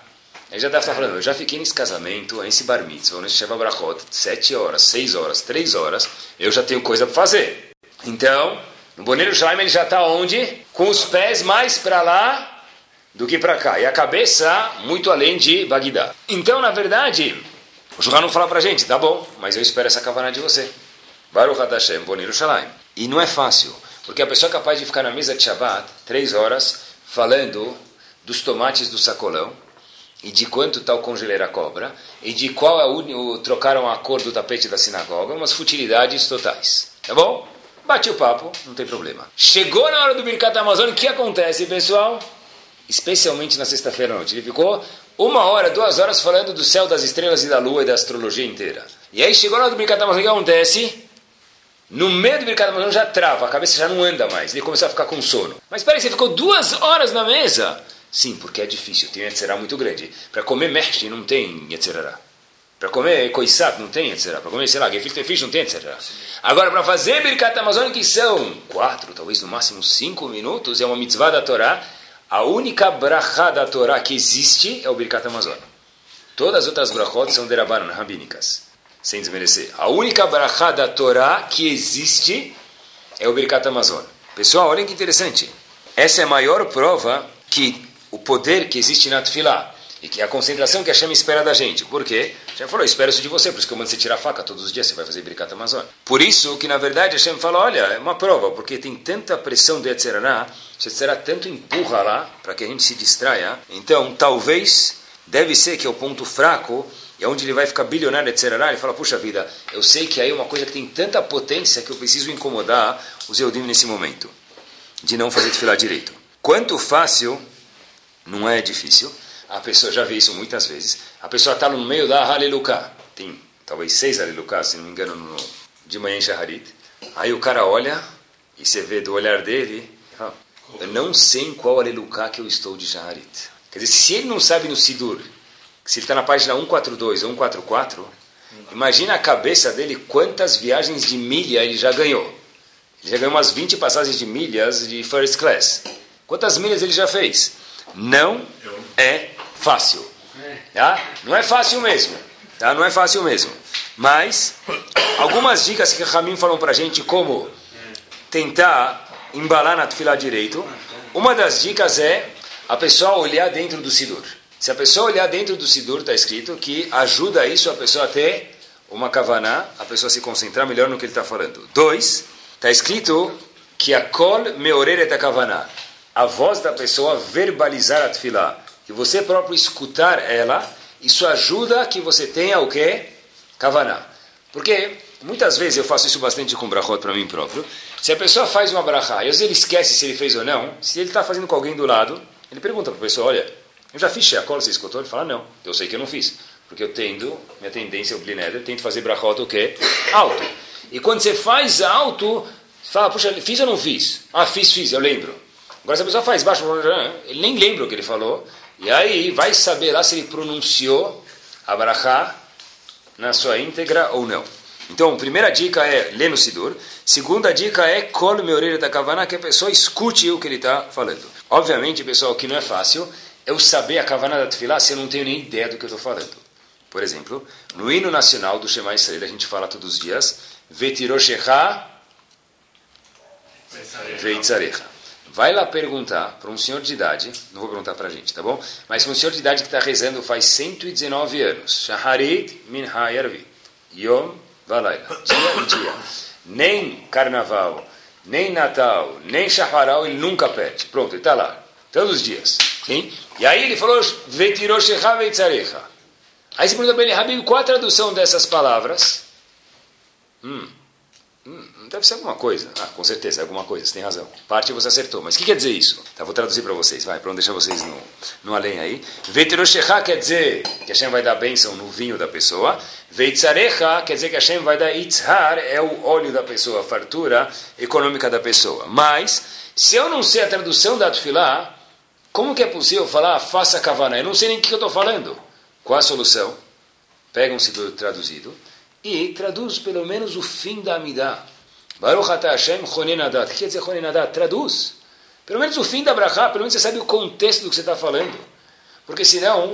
Ele já deve estar falando, eu já fiquei nesse casamento, nesse bar mitzvah, nesse Sheva Brachot, sete horas, seis horas, três horas, eu já tenho coisa para fazer. Então, no Bonei Yerushalayim ele já está onde? Com os pés mais para lá do que para cá. E a cabeça muito além de Bagdá. Então, na verdade, o Shulchan não fala para a gente, tá bom, mas eu espero essa kavaná de você. Baruch Atah Hashem, Bonei Yerushalayim. E não é fácil, porque a pessoa é capaz de ficar na mesa de Shabbat, três horas, falando dos tomates do sacolão, e de quanto tal congeleira cobra, e de qual é o, o trocaram a cor do tapete da sinagoga, umas futilidades totais. Tá bom? Bate o papo, não tem problema. Chegou na hora do Birkat Hamazon, o que acontece, pessoal? Especialmente na sexta-feira à noite. Ele ficou uma hora, duas horas falando do céu, das estrelas e da lua e da astrologia inteira. E aí chegou na hora do Birkat Hamazon, o que acontece? No meio do Birkat Hamazon já trava, a cabeça já não anda mais, ele começou a ficar com sono. Mas espera aí, você ficou duas horas na mesa? Sim, porque é difícil, tem um yetzerá muito grande. Para comer mexi não tem yetzerá. Para comer koisat não tem yetzerá. Para comer, sei lá, gefilte fish não tem yetzerá. Agora, para fazer Birkat Hamazon, que são quatro, talvez no máximo cinco minutos, é uma mitzvah da Torá. A única brachá da Torá que existe é o Birkat Hamazon. Todas as outras brachot são derabanan, rabínicas. Sem desmerecer. A única brachá da Torá que existe é o Birkat Hamazon. Pessoal, olhem que interessante. Essa é a maior prova que o poder que existe na Tefilá e que é a concentração que a Hashem espera da gente. Por quê? Já falou, espero isso de você, por isso que eu mando você tirar a faca todos os dias, você vai fazer Birkat Hamazon. Por isso que, na verdade, a Hashem fala, olha, é uma prova, porque tem tanta pressão do Yetzirah, Yetzirah tanto empurra lá, para que a gente se distraia. Então, talvez, deve ser que é o ponto fraco, e é onde ele vai ficar bilionário, Yetzirah, ele fala, puxa vida, eu sei que aí é uma coisa que tem tanta potência que eu preciso incomodar os Yehudim nesse momento, de não fazer Tefilá direito. Quanto fácil, não é difícil, a pessoa já vê isso muitas vezes, a pessoa está no meio da Haleluká, tem talvez seis Haleluká, se não me engano, no, de manhã em Shaharit, aí o cara olha, e você vê do olhar dele, fala, eu não sei em qual Haleluká que eu estou de Shaharit. Quer dizer, se ele não sabe no Sidur, se ele está na página cento e quarenta e dois ou cento e quarenta e quatro, imagina a cabeça dele quantas viagens de milha ele já ganhou. Ele já ganhou umas vinte passagens de milhas de first class. Quantas milhas ele já fez? Não é fácil. Tá? Não é fácil mesmo. Tá? Não é fácil mesmo. Mas, algumas dicas que o Ramim falou para a gente como tentar embalar na tefilá direito. Uma das dicas é a pessoa olhar dentro do Sidur. Se a pessoa olhar dentro do Sidur, está escrito que ajuda isso a pessoa a ter uma kavaná, a pessoa se concentrar melhor no que ele está falando. Dois, está escrito que a kol meoreret a kavaná. A voz da pessoa verbalizar a tefilá, que você próprio escutar ela, isso ajuda que você tenha o quê? Kavaná. Porque muitas vezes eu faço isso bastante com brachot para mim próprio. Se a pessoa faz uma brachá e às vezes ele esquece se ele fez ou não, se ele está fazendo com alguém do lado, ele pergunta para a pessoa, olha, eu já fiz sheakol, você escutou? Ele fala, não, eu sei que eu não fiz. Porque eu tendo, minha tendência é o blineder, tento fazer brachot o quê? Alto. E quando você faz alto, você fala, puxa, fiz ou não fiz? Ah, fiz, fiz, eu lembro. Agora, se a pessoa faz baixo, ele nem lembra o que ele falou, e aí vai saber lá se ele pronunciou a barachá na sua íntegra ou não. Então, primeira dica é ler no Sidur. Segunda dica é kol meoreret a kavaná, que a pessoa escute o que ele está falando. Obviamente, pessoal, o que não é fácil é eu saber a kavaná da tefilá se eu não tenho nem ideia do que eu estou falando. Por exemplo, no hino nacional do Shema Israel, a gente fala todos os dias, Vetiroshecha Veitzarecha. Vai lá perguntar para um senhor de idade, não vou perguntar para a gente, tá bom? Mas para um senhor de idade que está rezando faz cento e dezenove anos. Shaharit min ha'yarvit. Yom valayla. Dia e dia. Nem carnaval, nem Natal, nem Shaharal, ele nunca perde. Pronto, ele está lá. Todos os dias. Sim? E aí ele falou, Vetiroshecha veitzarecha. Aí você pergunta para ele, Habib, qual a tradução dessas palavras? Hum... Hum, deve ser alguma coisa. Ah, com certeza, é alguma coisa, você tem razão. Parte você acertou. Mas o que quer dizer isso? Tá, vou traduzir para vocês, vai, para não deixar vocês no, no além aí. Vetiroshecha quer dizer que Hashem vai dar bênção no vinho da pessoa. Veitzarecha quer dizer que Hashem vai dar itzhar, é o óleo da pessoa, a fartura econômica da pessoa. Mas, se eu não sei a tradução da tefilá, como que é possível falar, faça kavaná? Eu não sei nem o que eu estou falando. Qual a solução? Pega um sidur traduzido e traduz pelo menos o fim da Amidah. Baruch Atah Hashem Chonenadat. O que quer dizer Chonenadat? Traduz. Pelo menos o fim da brachá, pelo menos você sabe o contexto do que você está falando. Porque senão,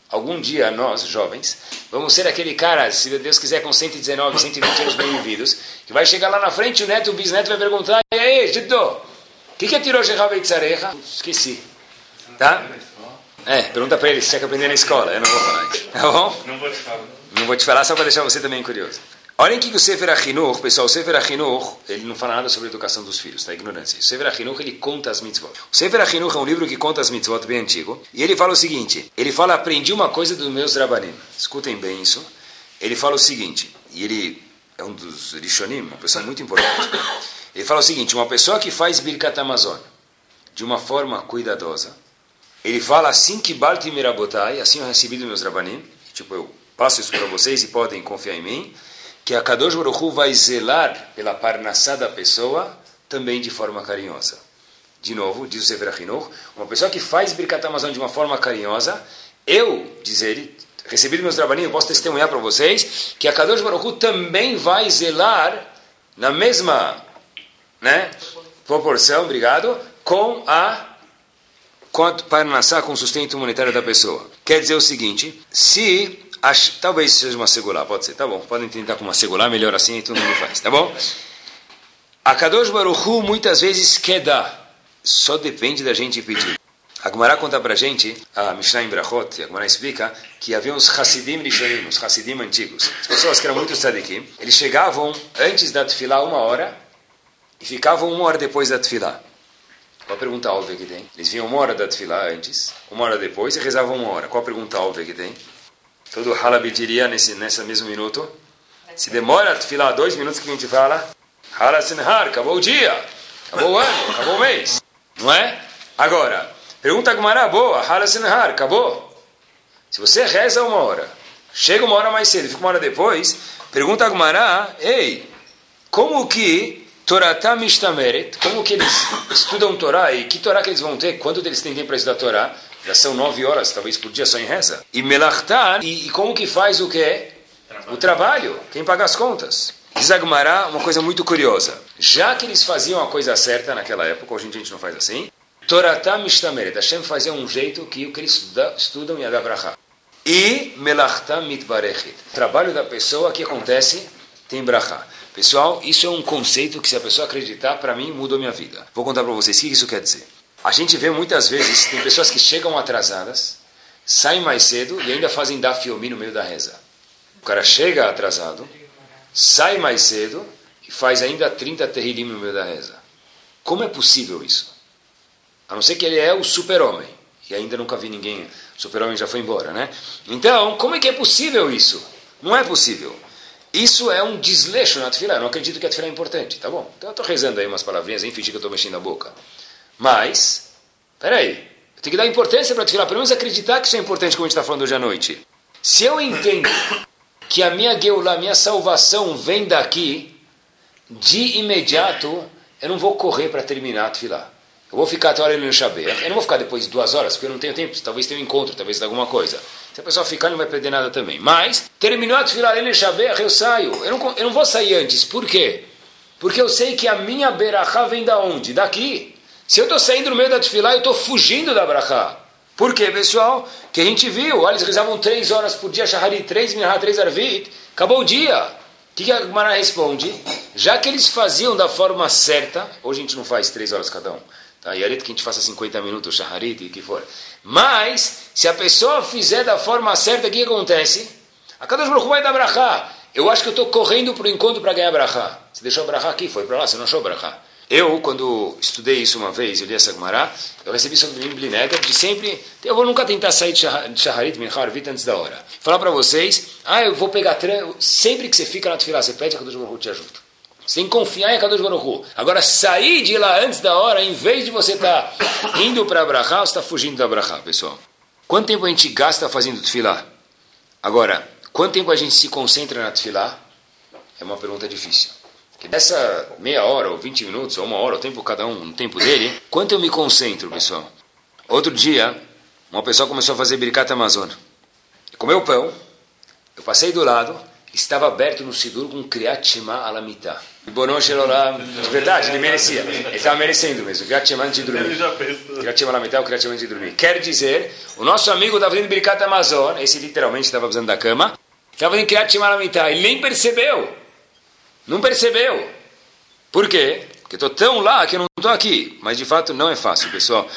algum dia nós, jovens, vamos ser aquele cara, se Deus quiser, com cento e dezenove, cento e vinte anos bem vividos, que vai chegar lá na frente, o neto, o bisneto vai perguntar, e aí, Jiddo, o que que é Tiroshecha Beitzarecha? Esqueci. Tá? É, pergunta para ele se tinha que aprender na escola. Eu não vou falar isso. Tá bom? Não vou te falar. Não vou te falar, só para deixar você também curioso. Olhem que o Sefer HaChinuch, pessoal, o Sefer HaChinuch, ele não fala nada sobre a educação dos filhos, tá? Ignorância. O Sefer HaChinuch, ele conta as mitzvot. O Sefer HaChinuch é um livro que conta as mitzvot, bem antigo, e ele fala o seguinte, ele fala, aprendi uma coisa dos meus Rabanim. Escutem bem isso. Ele fala o seguinte, e ele é um dos Rishonim, uma pessoa muito importante. Ele fala o seguinte, uma pessoa que faz Birkat Hamazon de uma forma cuidadosa, ele fala assim que Balti Mirabotai, assim eu recebi dos meus Rabanim, tipo, eu passo isso para vocês e podem confiar em mim, que a Kadosh Baruch Hu vai zelar pela parnassá da pessoa também de forma carinhosa. De novo, diz o Sefer HaChinuch, uma pessoa que faz Birkat Hamazon de uma forma carinhosa, eu, diz ele, recebi dos meus Rabanim, eu posso testemunhar para vocês, que a Kadosh Baruch Hu também vai zelar na mesma, né, proporção, obrigado, com a com a parnassá, com o sustento monetário da pessoa. Quer dizer o seguinte, se, ach, talvez seja uma segulá, pode ser, tá bom, podem tentar com uma segulá, melhor assim, e todo mundo faz, tá bom? A Kadosh Baruch Hu muitas vezes quer dar, só depende da gente pedir. A Gemara conta pra gente, a Mishnah em Brachot, a Gemara explica que havia uns Hasidim Rishonim, os Hasidim antigos, as pessoas que eram muito tzadikim, eles chegavam antes da tefilá uma hora e ficavam uma hora depois da tefilá. Qual a pergunta óbvia que tem? Eles vinham uma hora da tefilá antes, uma hora depois e rezavam uma hora. Qual a pergunta óbvia que tem? Todo halabi diria nesse, nesse mesmo minuto. Se demora a tefilá dois minutos que a gente fala, hala senhar, acabou o dia, acabou o ano, acabou o mês. Não é? Agora, pergunta Gemara boa, hala senhar, acabou. Se você reza uma hora, chega uma hora mais cedo, fica uma hora depois, pergunta Gemara, ei, como que Toratá Mishtameret, como que eles estudam Torá e que Torá que eles vão ter? Quanto eles têm tempo para estudar Torá? Já são nove horas, talvez por dia só em reza. E Melachtar, e, e como que faz o quê? Trabalho. O trabalho, quem paga as contas. Diz a Gemara uma coisa muito curiosa. Já que eles faziam a coisa certa naquela época, hoje em dia a gente não faz assim, Toratá Mishtameret, Hashem fazia um jeito que o que eles estuda, estudam ia dar brachá. E Melachtar Mitbarechit, o trabalho da pessoa que acontece tem brachá. Pessoal, isso é um conceito que se a pessoa acreditar, para mim, mudou minha vida. Vou contar para vocês o que isso quer dizer. A gente vê muitas vezes, tem pessoas que chegam atrasadas, saem mais cedo e ainda fazem daf yomi no meio da reza. O cara chega atrasado, sai mais cedo e faz ainda trinta terrilim no meio da reza. Como é possível isso? A não ser que ele é o super-homem. E ainda nunca vi ninguém, o super-homem já foi embora, né? Então, como é que é possível isso? Não é possível. Isso é um desleixo na tefilá. Eu não acredito que a tefilá é importante, tá bom? Então eu estou rezando aí umas palavrinhas, em fingir que eu estou mexendo a boca. Mas, peraí, eu tenho que dar importância para a tefilá, pelo menos acreditar que isso é importante, como a gente está falando hoje à noite. Se eu entendo que a minha geulá, a minha salvação vem daqui, de imediato, eu não vou correr para terminar a tefilá. Eu vou ficar até a hora no Shaber. Eu não vou ficar depois de duas horas, porque eu não tenho tempo. Talvez tenha um encontro, talvez tenha alguma coisa. Se a pessoa ficar, não vai perder nada também. Mas, terminou a tefilá no Shaber, eu saio. Eu não, eu não vou sair antes. Por quê? Porque eu sei que a minha berachá vem da onde? Daqui. Se eu estou saindo no meio da tefilá, eu estou fugindo da berachá. Por quê, pessoal? Que a gente viu, olha, eles rezavam três horas por dia, Shaharit, três minhá, três arvit. Acabou o dia. O que, que a Gemara responde? Já que eles faziam da forma certa, hoje a gente não faz três horas cada um. Tá? E areto que a gente faça cinquenta minutos, shaharit e o que for. Mas, se a pessoa fizer da forma certa, o que acontece? A Kadosh Baruch Hu vai dar brachá. Eu acho que eu estou correndo para o encontro para ganhar brachá. Você deixou brachá aqui, foi para lá, você não achou brachá. Eu, quando estudei isso uma vez, eu li essa Gemara, eu recebi sobre mim Blinega de sempre, eu vou nunca tentar sair de shaharit, minhá, arvit antes da hora. Falar para vocês, ah, eu vou pegar, sempre que você fica na tefilá, você pede a Kadosh Baruch Hu te ajuda. Você tem que confiar em Kadosh Baruch Hu. Agora, sair de lá antes da hora, em vez de você estar tá indo para a brachá, você está fugindo da brachá, pessoal. Quanto tempo a gente gasta fazendo tefilá? Agora, quanto tempo a gente se concentra na tefilá? É uma pergunta difícil. Porque dessa meia hora, ou vinte minutos, ou uma hora, o tempo cada um, no tempo dele, quanto eu me concentro, pessoal? Outro dia, uma pessoa começou a fazer Birkat Hamazon. Comeu pão, eu passei do lado, estava aberto no Sidur com Kriyat Shema Alamitá. Bonon Shelolam, de verdade, ele merecia. Ele estava merecendo mesmo. Kriyat Shema antes de dormir. Kriyat Shema Alamitá, o Kriyat Shema antes de dormir. Quer dizer, o nosso amigo estava fazendo Birkat Amazon, esse literalmente estava precisando da cama, estava fazendo Kriyat Shema Alamitá, ele nem percebeu. Não percebeu. Por quê? Porque eu estou tão lá que eu não estou aqui. Mas de fato não é fácil, pessoal.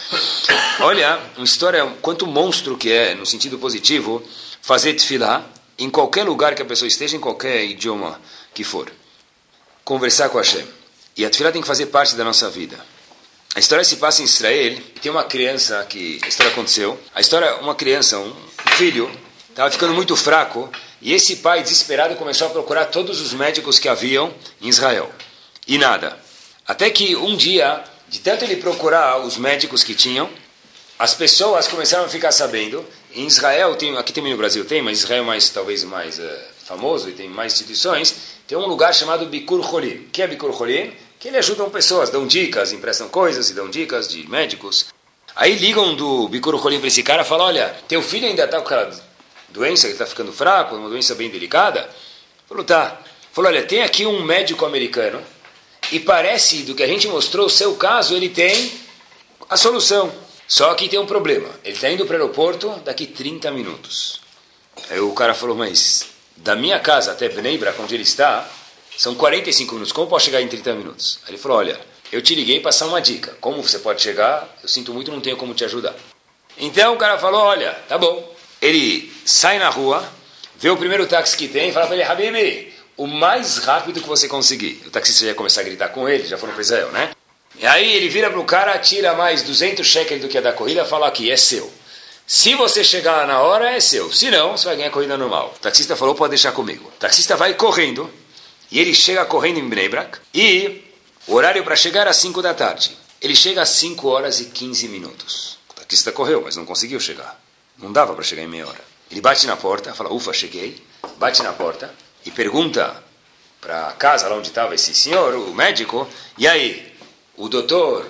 Olha, uma história, quanto monstro que é, no sentido positivo, fazer tefilá em qualquer lugar que a pessoa esteja, em qualquer idioma que for. Conversar com Hashem. E a tefilá tem que fazer parte da nossa vida. A história se passa em Israel. Tem uma criança que... A história aconteceu. A história, uma criança, um filho, estava ficando muito fraco. E esse pai, desesperado, começou a procurar todos os médicos que haviam em Israel. E nada. Até que um dia, de tanto ele procurar os médicos que tinham, as pessoas começaram a ficar sabendo. Em Israel, tem, aqui também no Brasil tem, mas Israel é mais, talvez mais uh, famoso e tem mais instituições, tem um lugar chamado Bikur Cholim. O que é Bikur Cholim? Que ele ajudam pessoas, dão dicas, emprestam coisas e dão dicas de médicos. Aí ligam do Bikur Cholim para esse cara e falam, olha, teu filho ainda está com aquela doença, ele está ficando fraco, uma doença bem delicada? Falou, tá. Falou, olha, tem aqui um médico americano e parece, do que a gente mostrou, o seu caso, ele tem a solução. Só que tem um problema. Ele está indo para o aeroporto daqui trinta minutos. Aí o cara falou, mas da minha casa até Bnei Brak, onde ele está, são quarenta e cinco minutos. Como posso chegar em trinta minutos? Aí ele falou, olha, eu te liguei para passar uma dica. Como você pode chegar? Eu sinto muito, não tenho como te ajudar. Então o cara falou, olha, tá bom. Ele sai na rua, vê o primeiro táxi que tem e fala para ele, Habibi, o mais rápido que você conseguir. O taxista já ia começar a gritar com ele, já foram para Israel, né? E aí ele vira para o cara, tira mais duzentos shekels do que é da corrida e fala aqui, é seu. Se você chegar lá na hora, é seu. Se não, você vai ganhar a corrida normal. O taxista falou, pode deixar comigo. O taxista vai correndo, e ele chega correndo em Bnei Brak, e o horário para chegar é às cinco da tarde. Ele chega às cinco horas e quinze minutos. O taxista correu, mas não conseguiu chegar. Não dava para chegar em meia hora. Ele bate na porta, fala, ufa, cheguei. Bate na porta e pergunta para a casa lá onde estava esse senhor, o médico, e aí? O doutor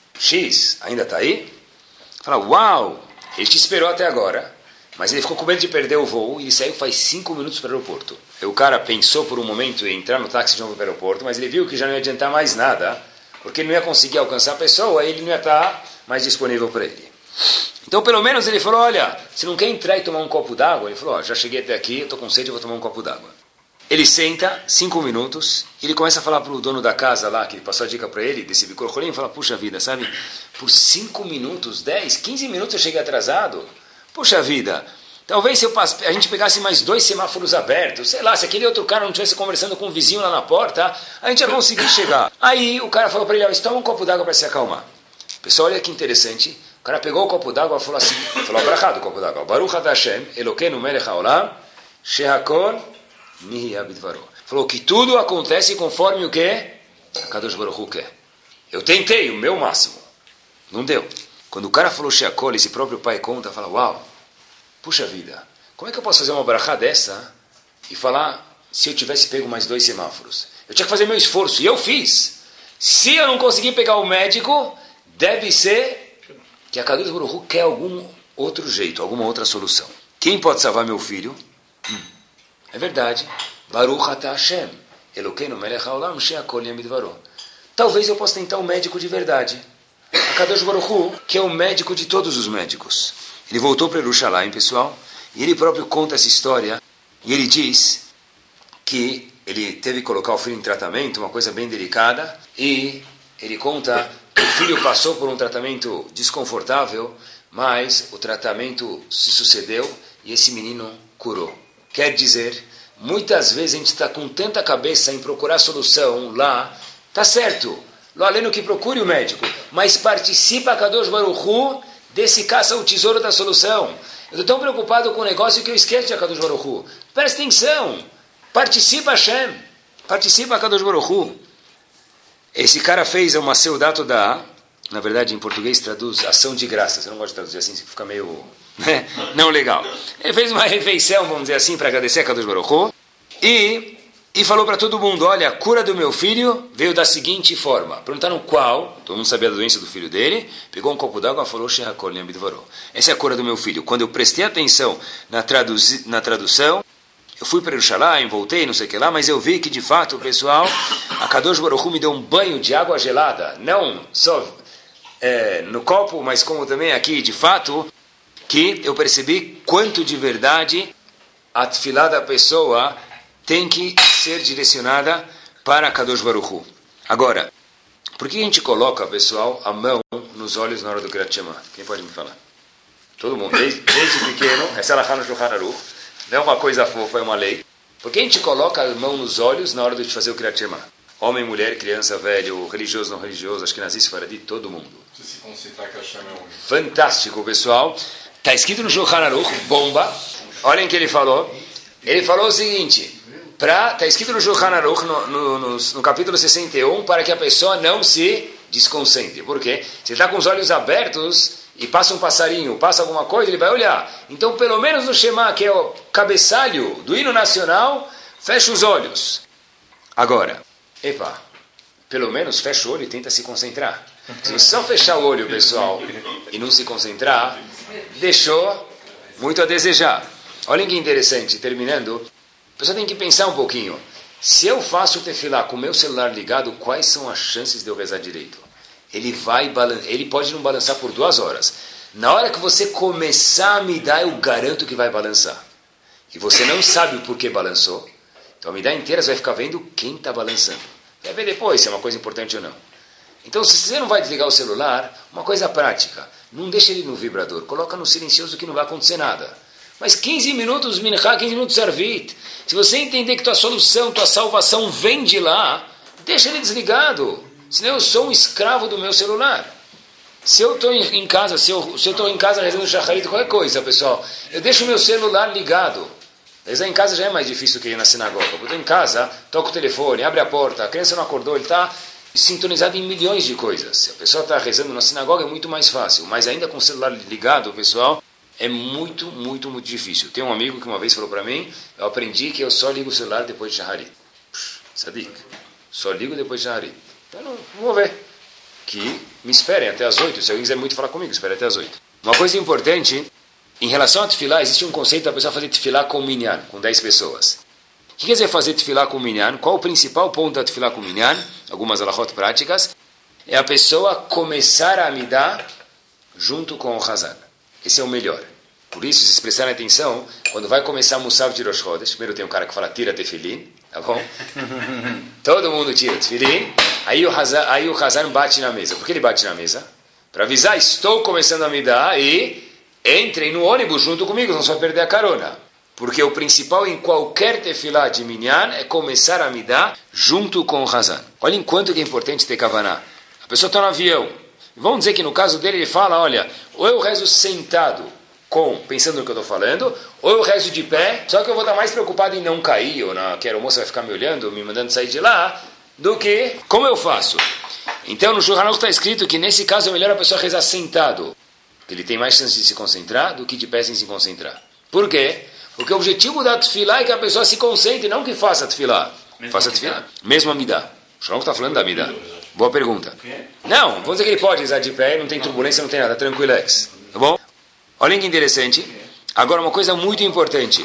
X ainda está aí? Fala, uau, ele te esperou até agora, mas ele ficou com medo de perder o voo e ele saiu faz cinco minutos para o aeroporto. Aí o cara pensou por um momento em entrar no táxi de novo para o aeroporto, mas ele viu que já não ia adiantar mais nada, porque ele não ia conseguir alcançar a pessoa, ele não ia estar mais disponível para ele. Então pelo menos ele falou, olha, se não quer entrar e tomar um copo d'água, ele falou, ó, já cheguei até aqui, estou com sede, eu vou tomar um copo d'água. Ele senta, cinco minutos, e ele começa a falar para o dono da casa lá, que ele passou a dica para ele, desse Bikur Cholim, e fala, puxa vida, sabe, por cinco minutos, dez, quinze minutos eu cheguei atrasado. Puxa vida, talvez se eu passe, a gente pegasse mais dois semáforos abertos, sei lá, se aquele outro cara não estivesse conversando com o vizinho lá na porta, a gente ia conseguir chegar. Aí o cara falou para ele, toma um copo d'água para se acalmar. Pessoal, olha que interessante, o cara pegou o copo d'água e falou assim, falou abrahado o copo d'água, Baruch Hashem, Elokeinu melech haolam, shehakol, falou que tudo acontece conforme o que a Kadosh Baruch Hu quer. Eu tentei o meu máximo, não deu. Quando o cara falou Sheakol, esse próprio pai conta, fala, uau, puxa vida, como é que eu posso fazer uma brachá dessa e falar se eu tivesse pego mais dois semáforos? Eu tinha que fazer meu esforço, e eu fiz. Se eu não conseguir pegar o médico, deve ser que a Kadosh Baruch Hu quer algum outro jeito, alguma outra solução. Quem pode salvar meu filho? Hum. É verdade. Baruch atah Hashem, Elokeinu melech haolam, she'akol nהיה bidvaro. Talvez eu possa tentar um médico de verdade. A Kadosh Baruch Hu, que é o médico de todos os médicos. Ele voltou para Yerushalayim, pessoal, e ele próprio conta essa história, e ele diz que ele teve que colocar o filho em tratamento, uma coisa bem delicada, e ele conta que o filho passou por um tratamento desconfortável, mas o tratamento se sucedeu, e esse menino curou. Quer dizer, muitas vezes a gente está com tanta cabeça em procurar solução lá, tá certo, lo além que procure o médico, mas participa a Kadosh Baruch Hu desse caça o tesouro da solução. Eu estou tão preocupado com o negócio que eu esqueço de Kadosh Baruch Hu. Presta atenção, participa Hashem, participa a Kadosh Baruch Hu. Esse cara fez uma seudato da, na verdade em português traduz ação de graças, eu não gosto de traduzir assim, fica meio... não legal. Ele fez uma refeição, vamos dizer assim, para agradecer a Kadosh Baruch Hu, e, e falou para todo mundo, olha, a cura do meu filho veio da seguinte forma. Perguntaram qual, todo mundo sabia a doença do filho dele, pegou um copo d'água e falou, Shehakol nהיה bidvaro. Essa é a cura do meu filho. Quando eu prestei atenção na, traduzi, na tradução, eu fui para Yerushalayim, voltei, não sei o que lá, mas eu vi que, de fato, pessoal, a Kadosh Baruch Hu me deu um banho de água gelada, não só é, no copo, mas como também aqui, de fato, que eu percebi quanto de verdade a tefilá da pessoa tem que ser direcionada para a Kadosh Baruch Hu. Agora, por que a gente coloca, pessoal, a mão nos olhos na hora do Kriyat Shema? Quem pode me falar? Todo mundo, desde, desde pequeno, essa é a no Shulchan Aruch, não é uma coisa fofa, é uma lei. Por que a gente coloca a mão nos olhos na hora de fazer o Kriyat Shema? Homem, mulher, criança, velho, religioso, não religioso, acho que nazista, faradi, todo mundo. Se se concentrar que a chama é única. Fantástico, pessoal. Está escrito no Shulchan Aruch, bomba. Olhem o que ele falou. Ele falou o seguinte... Está escrito no Shulchan Aruch, no, no, no, no capítulo sessenta e um, para que a pessoa não se desconcentre. Por quê? Se ele está com os olhos abertos e passa um passarinho, passa alguma coisa, ele vai olhar. Então, pelo menos no Shema, que é o cabeçalho do hino nacional, fecha os olhos. Agora, epa, pelo menos fecha o olho e tenta se concentrar. Se você só fechar o olho, pessoal, e não se concentrar, deixou muito a desejar. Olhem que interessante, terminando... A pessoa tem que pensar um pouquinho. Se eu faço o tefilá com o meu celular ligado, quais são as chances de eu rezar direito? Ele vai ele pode não balançar por duas horas. Na hora que você começar a me dar, eu garanto que vai balançar. E você não sabe o porquê balançou. Então a me dar inteira você vai ficar vendo quem está balançando. Vai ver depois se é uma coisa importante ou não. Então se você não vai desligar o celular, uma coisa prática. Não deixa ele no vibrador. Coloca no silencioso que não vai acontecer nada. Mas quinze minutos minhá, quinze minutos servit. Se você entender que tua solução, tua salvação vem de lá, deixa ele desligado. Senão eu sou um escravo do meu celular. Se eu estou em casa, se eu se estou em casa rezando shacharit, qualquer coisa, pessoal, eu deixo o meu celular ligado. Rezar em casa já é mais difícil que ir na sinagoga. Eu estou em casa, toco o telefone, abre a porta, a criança não acordou, ele está sintonizado em milhões de coisas. Se a pessoa está rezando na sinagoga é muito mais fácil. Mas ainda com o celular ligado, pessoal... É muito, muito, muito difícil. Tem um amigo que uma vez falou para mim, eu aprendi que eu só ligo o celular depois de Shaharit. Sadik, só ligo depois de Shaharit. Então não, não vou ver. Que me esperem até as oito. Se alguém quiser muito falar comigo, espere até as oito. Uma coisa importante, em relação a tefilá, existe um conceito da pessoa fazer tefilá com minyan, com dez pessoas. O que quer dizer fazer tefilá com minyan? Qual o principal ponto da tefilá com minyan? Algumas alachot práticas. É a pessoa começar a amidá junto com o Hazan. Esse é o melhor. Por isso, se vocês prestarem atenção, quando vai começar o Musaf de Rosh Chodesh, primeiro tem um cara que fala, tira tefilin, tá bom? Todo mundo tira tefilin, aí o, Hazan, aí o Hazan bate na mesa. Por que ele bate na mesa? Para avisar, estou começando a me dar e entrem no ônibus junto comigo, não só perder a carona. Porque o principal em qualquer tefilá de minyan é começar a me dar junto com o Hazan. Olhem quanto que é importante ter kavaná. A pessoa está no avião. Vamos dizer que no caso dele ele fala, olha, ou eu rezo sentado, com, pensando no que eu estou falando, ou eu rezo de pé, só que eu vou estar mais preocupado em não cair, ou na, que a moça vai ficar me olhando, me mandando sair de lá, do que como eu faço. Então no Shulchan Aruch está escrito que nesse caso é melhor a pessoa rezar sentado, que ele tem mais chance de se concentrar do que de pé sem se concentrar. Por quê? Porque o objetivo da tefilá é que a pessoa se concentre, não que faça tefilá. Mesmo faça tefilá. Mesmo amidá. O Shulchan Aruch está falando da amidá. Boa pergunta. Não, vamos dizer que ele pode rezar de pé, não tem turbulência, não tem nada, tranquilex. Tá bom? Olhem que interessante. Agora, uma coisa muito importante.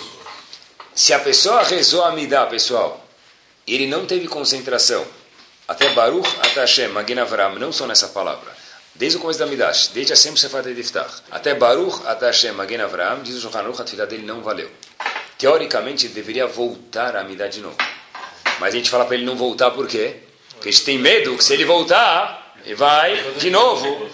Se a pessoa rezou a Amidá, pessoal, e ele não teve concentração, até Baruch, até Hashem, Magen Avram, não são nessa palavra. Desde o começo da Amidá, desde a sempre Sefer Diftach, até Baruch, até Hashem, Magen Avram, diz o Shulchan Aruch, a tefilá dele não valeu. Teoricamente, ele deveria voltar a Amidá de novo. Mas a gente fala para ele não voltar por quê? Porque a gente tem medo que se ele voltar, ele vai de novo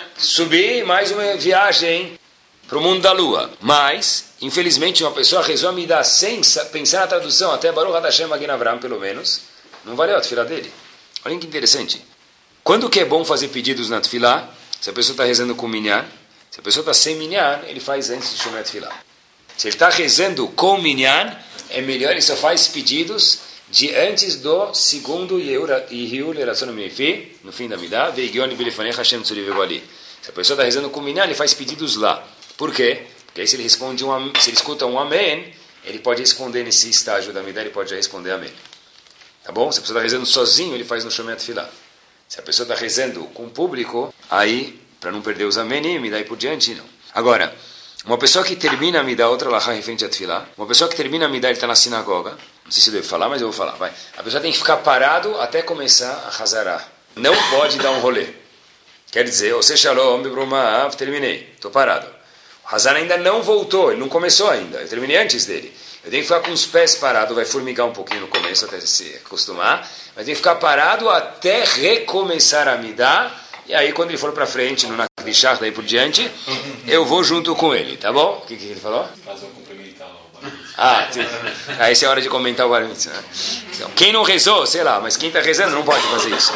subir mais uma viagem para o mundo da lua. Mas, infelizmente, uma pessoa rezou a Amidá sem pensar na tradução, até Baruch Hashem Magen Avram, pelo menos, não valeu a tefilá dele. Olha que interessante. Quando que é bom fazer pedidos na tefilá? Se a pessoa está rezando com minyan. Se a pessoa está sem minyan, ele faz antes de shomer a tefilá. Se ele está rezando com minyan, é melhor, ele só faz pedidos de antes do segundo Yehiul Eratzon Mifi, no fim da Amidá, Veigion Bilifanech Hashem Tzuri Vegoli. Se a pessoa está rezando com minyan, ele faz pedidos lá. Por quê? Porque aí se ele, responde um, se ele escuta um amém, ele pode responder nesse estágio da Amidá, ele pode já responder amém. Tá bom? Se a pessoa está rezando sozinho, ele faz no shomer a tefilá. Se a pessoa está rezando com o público, aí, para não perder os amém, e daí por diante, não. Agora, Uma pessoa que termina a Midá, outra Lahá referente a Tfilá, uma pessoa que termina a Midá, ele está na sinagoga, não sei se eu devo falar, mas eu vou falar, vai. A pessoa tem que ficar parado até começar a Hazará. Não pode dar um rolê. Quer dizer, você Shalom, Bibrumah, terminei, estou parado. O Hazará ainda não voltou, ele não começou ainda, eu terminei antes dele. Eu tenho que ficar com os pés parados, vai formigar um pouquinho no começo até se acostumar, mas tem que ficar parado até recomeçar a Midá, e aí quando ele for para frente, no Nakdishach, daí por diante, eu vou junto com ele, tá bom? O que, que ele falou? Fazer um complementar o Bar Mitzvah. Ah, sim. Aí essa é a hora de comentar o Bar Mitzvah, né? Então, quem não rezou, sei lá, mas quem está rezando não pode fazer isso.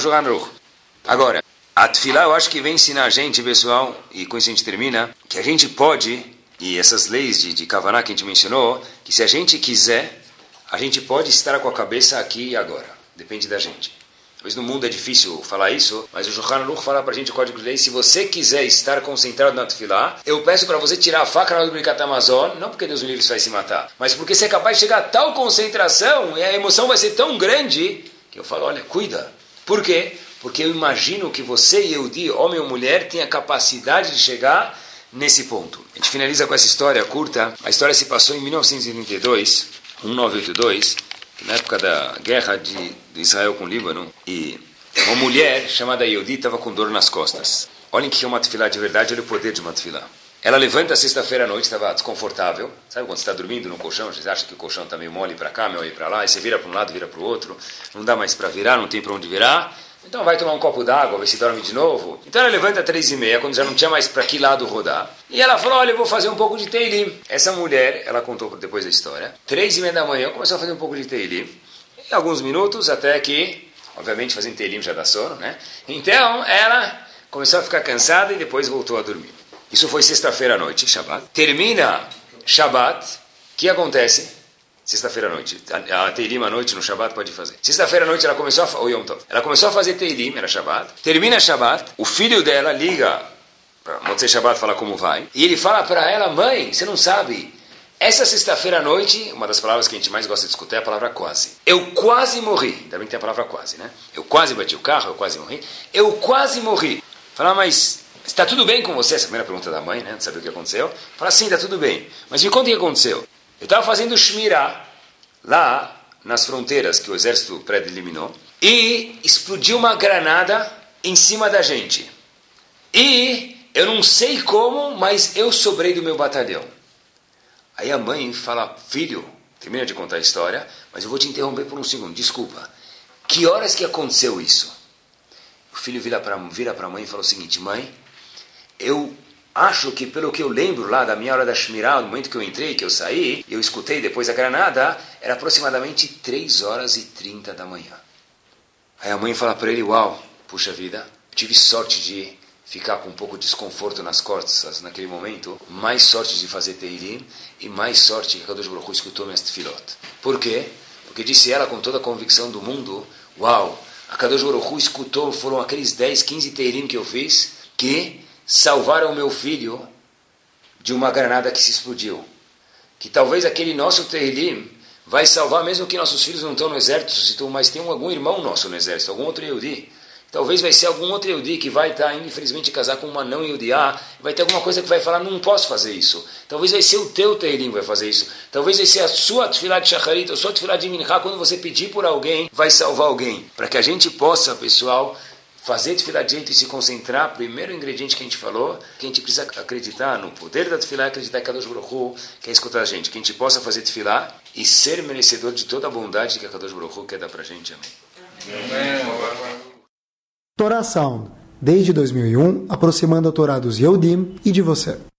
Agora, a Tfilá eu acho que vem ensinar a gente, pessoal, e com isso a gente termina, que a gente pode, e essas leis de, de Kavaná que a gente mencionou, que se a gente quiser, a gente pode estar com a cabeça aqui e agora. Depende da gente. Talvez no mundo é difícil falar isso, mas o Shulchan Aruch fala para a gente o Código de Lei, se você quiser estar concentrado na Tefilá, eu peço para você tirar a faca na hora do Birkat Hamazon, não porque Deus me livre você vai se matar, mas porque você é capaz de chegar a tal concentração e a emoção vai ser tão grande, que eu falo, olha, cuida. Por quê? Porque eu imagino que você e eu, homem ou mulher, tenha a capacidade de chegar nesse ponto. A gente finaliza com essa história curta. A história se passou em mil novecentos e trinta e dois, mil novecentos e oitenta e dois, na época da guerra de, de Israel com o Líbano, e uma mulher chamada Yehudi estava com dor nas costas. Olhem que é uma tefilá de verdade, olha o poder de uma tefilá. Ela levanta sexta-feira à noite, estava desconfortável. Sabe quando você está dormindo no colchão, você acha que o colchão está meio mole para cá, meio para lá, e você vira para um lado, vira para o outro, não dá mais para virar, não tem para onde virar. Então vai tomar um copo d'água, ver se dorme de novo. Então ela levanta às três e meia, quando já não tinha mais para que lado rodar. E ela falou, olha, eu vou fazer um pouco de Teilim. Essa mulher, ela contou depois da história, três e meia da manhã, começou a fazer um pouco de Teilim. Em alguns minutos, até que, obviamente, fazendo Teilim já dá sono, né? Então, ela começou a ficar cansada e depois voltou a dormir. Isso foi sexta-feira à noite, Shabbat. Termina Shabbat, o que acontece? Sexta-feira à noite. A, a Teilim à noite no Shabbat pode fazer. Sexta-feira à noite ela começou a, ou Yom Tov, ela começou a fazer Teilim, era Shabbat. Termina Shabbat, o filho dela liga para Motzei Shabbat, fala como vai. E ele fala para ela, mãe, você não sabe, essa sexta-feira à noite, uma das palavras que a gente mais gosta de escutar é a palavra quase. Eu quase morri. Ainda bem que tem a palavra quase, né? Eu quase bati o carro, eu quase morri. Eu quase morri. Fala, mas está tudo bem com você? Essa é a primeira pergunta da mãe, né? Não sabe o que aconteceu. Fala, sim, está tudo bem. Mas me conta o que aconteceu. Eu estava fazendo Shmirá lá nas fronteiras que o exército pré-eliminou e explodiu uma granada em cima da gente. E eu não sei como, mas eu sobrei do meu batalhão. Aí a mãe fala, filho, termina de contar a história, mas eu vou te interromper por um segundo, desculpa. Que horas que aconteceu isso? O filho vira para vira para a mãe e fala o seguinte, mãe, eu acho que pelo que eu lembro lá da minha hora da Shmirá, no momento que eu entrei, que eu saí, eu escutei depois a granada, era aproximadamente três horas e trinta da manhã. Aí a mãe fala para ele, uau, puxa vida, tive sorte de ficar com um pouco de desconforto nas costas naquele momento, mais sorte de fazer Teilim e mais sorte que a Kadosh Baruch Hu escutou minhas tefilot. Por quê? Porque disse ela com toda a convicção do mundo, uau, a Kadosh Baruch Hu escutou, foram aqueles dez, quinze Teilim que eu fiz, que salvaram meu filho de uma granada que se explodiu. Que talvez aquele nosso Teilim vai salvar, mesmo que nossos filhos não estão no exército, mas tem algum irmão nosso no exército, algum outro Yehudi. Talvez vai ser algum outro Yehudi que vai estar, infelizmente, casar com uma não Yehudiá, vai ter alguma coisa que vai falar, não posso fazer isso. Talvez vai ser o teu Teilim que vai fazer isso. Talvez vai ser a sua Tefilá de Shacharit, a sua Tefilá de Minchá, quando você pedir por alguém, vai salvar alguém. Para que a gente possa, pessoal, fazer Tefilá de jeito e se concentrar, primeiro ingrediente que a gente falou, que a gente precisa acreditar no poder da Tefilá, acreditar que Kadosh Baruch Hu quer escutar a gente, que a gente possa fazer Tefilá e ser merecedor de toda a bondade que a Kadosh Baruch Hu quer dar para a gente. Amém. Amém. Torá Sound, desde dois mil e um, aproximando a Torá dos Yehudim e de você.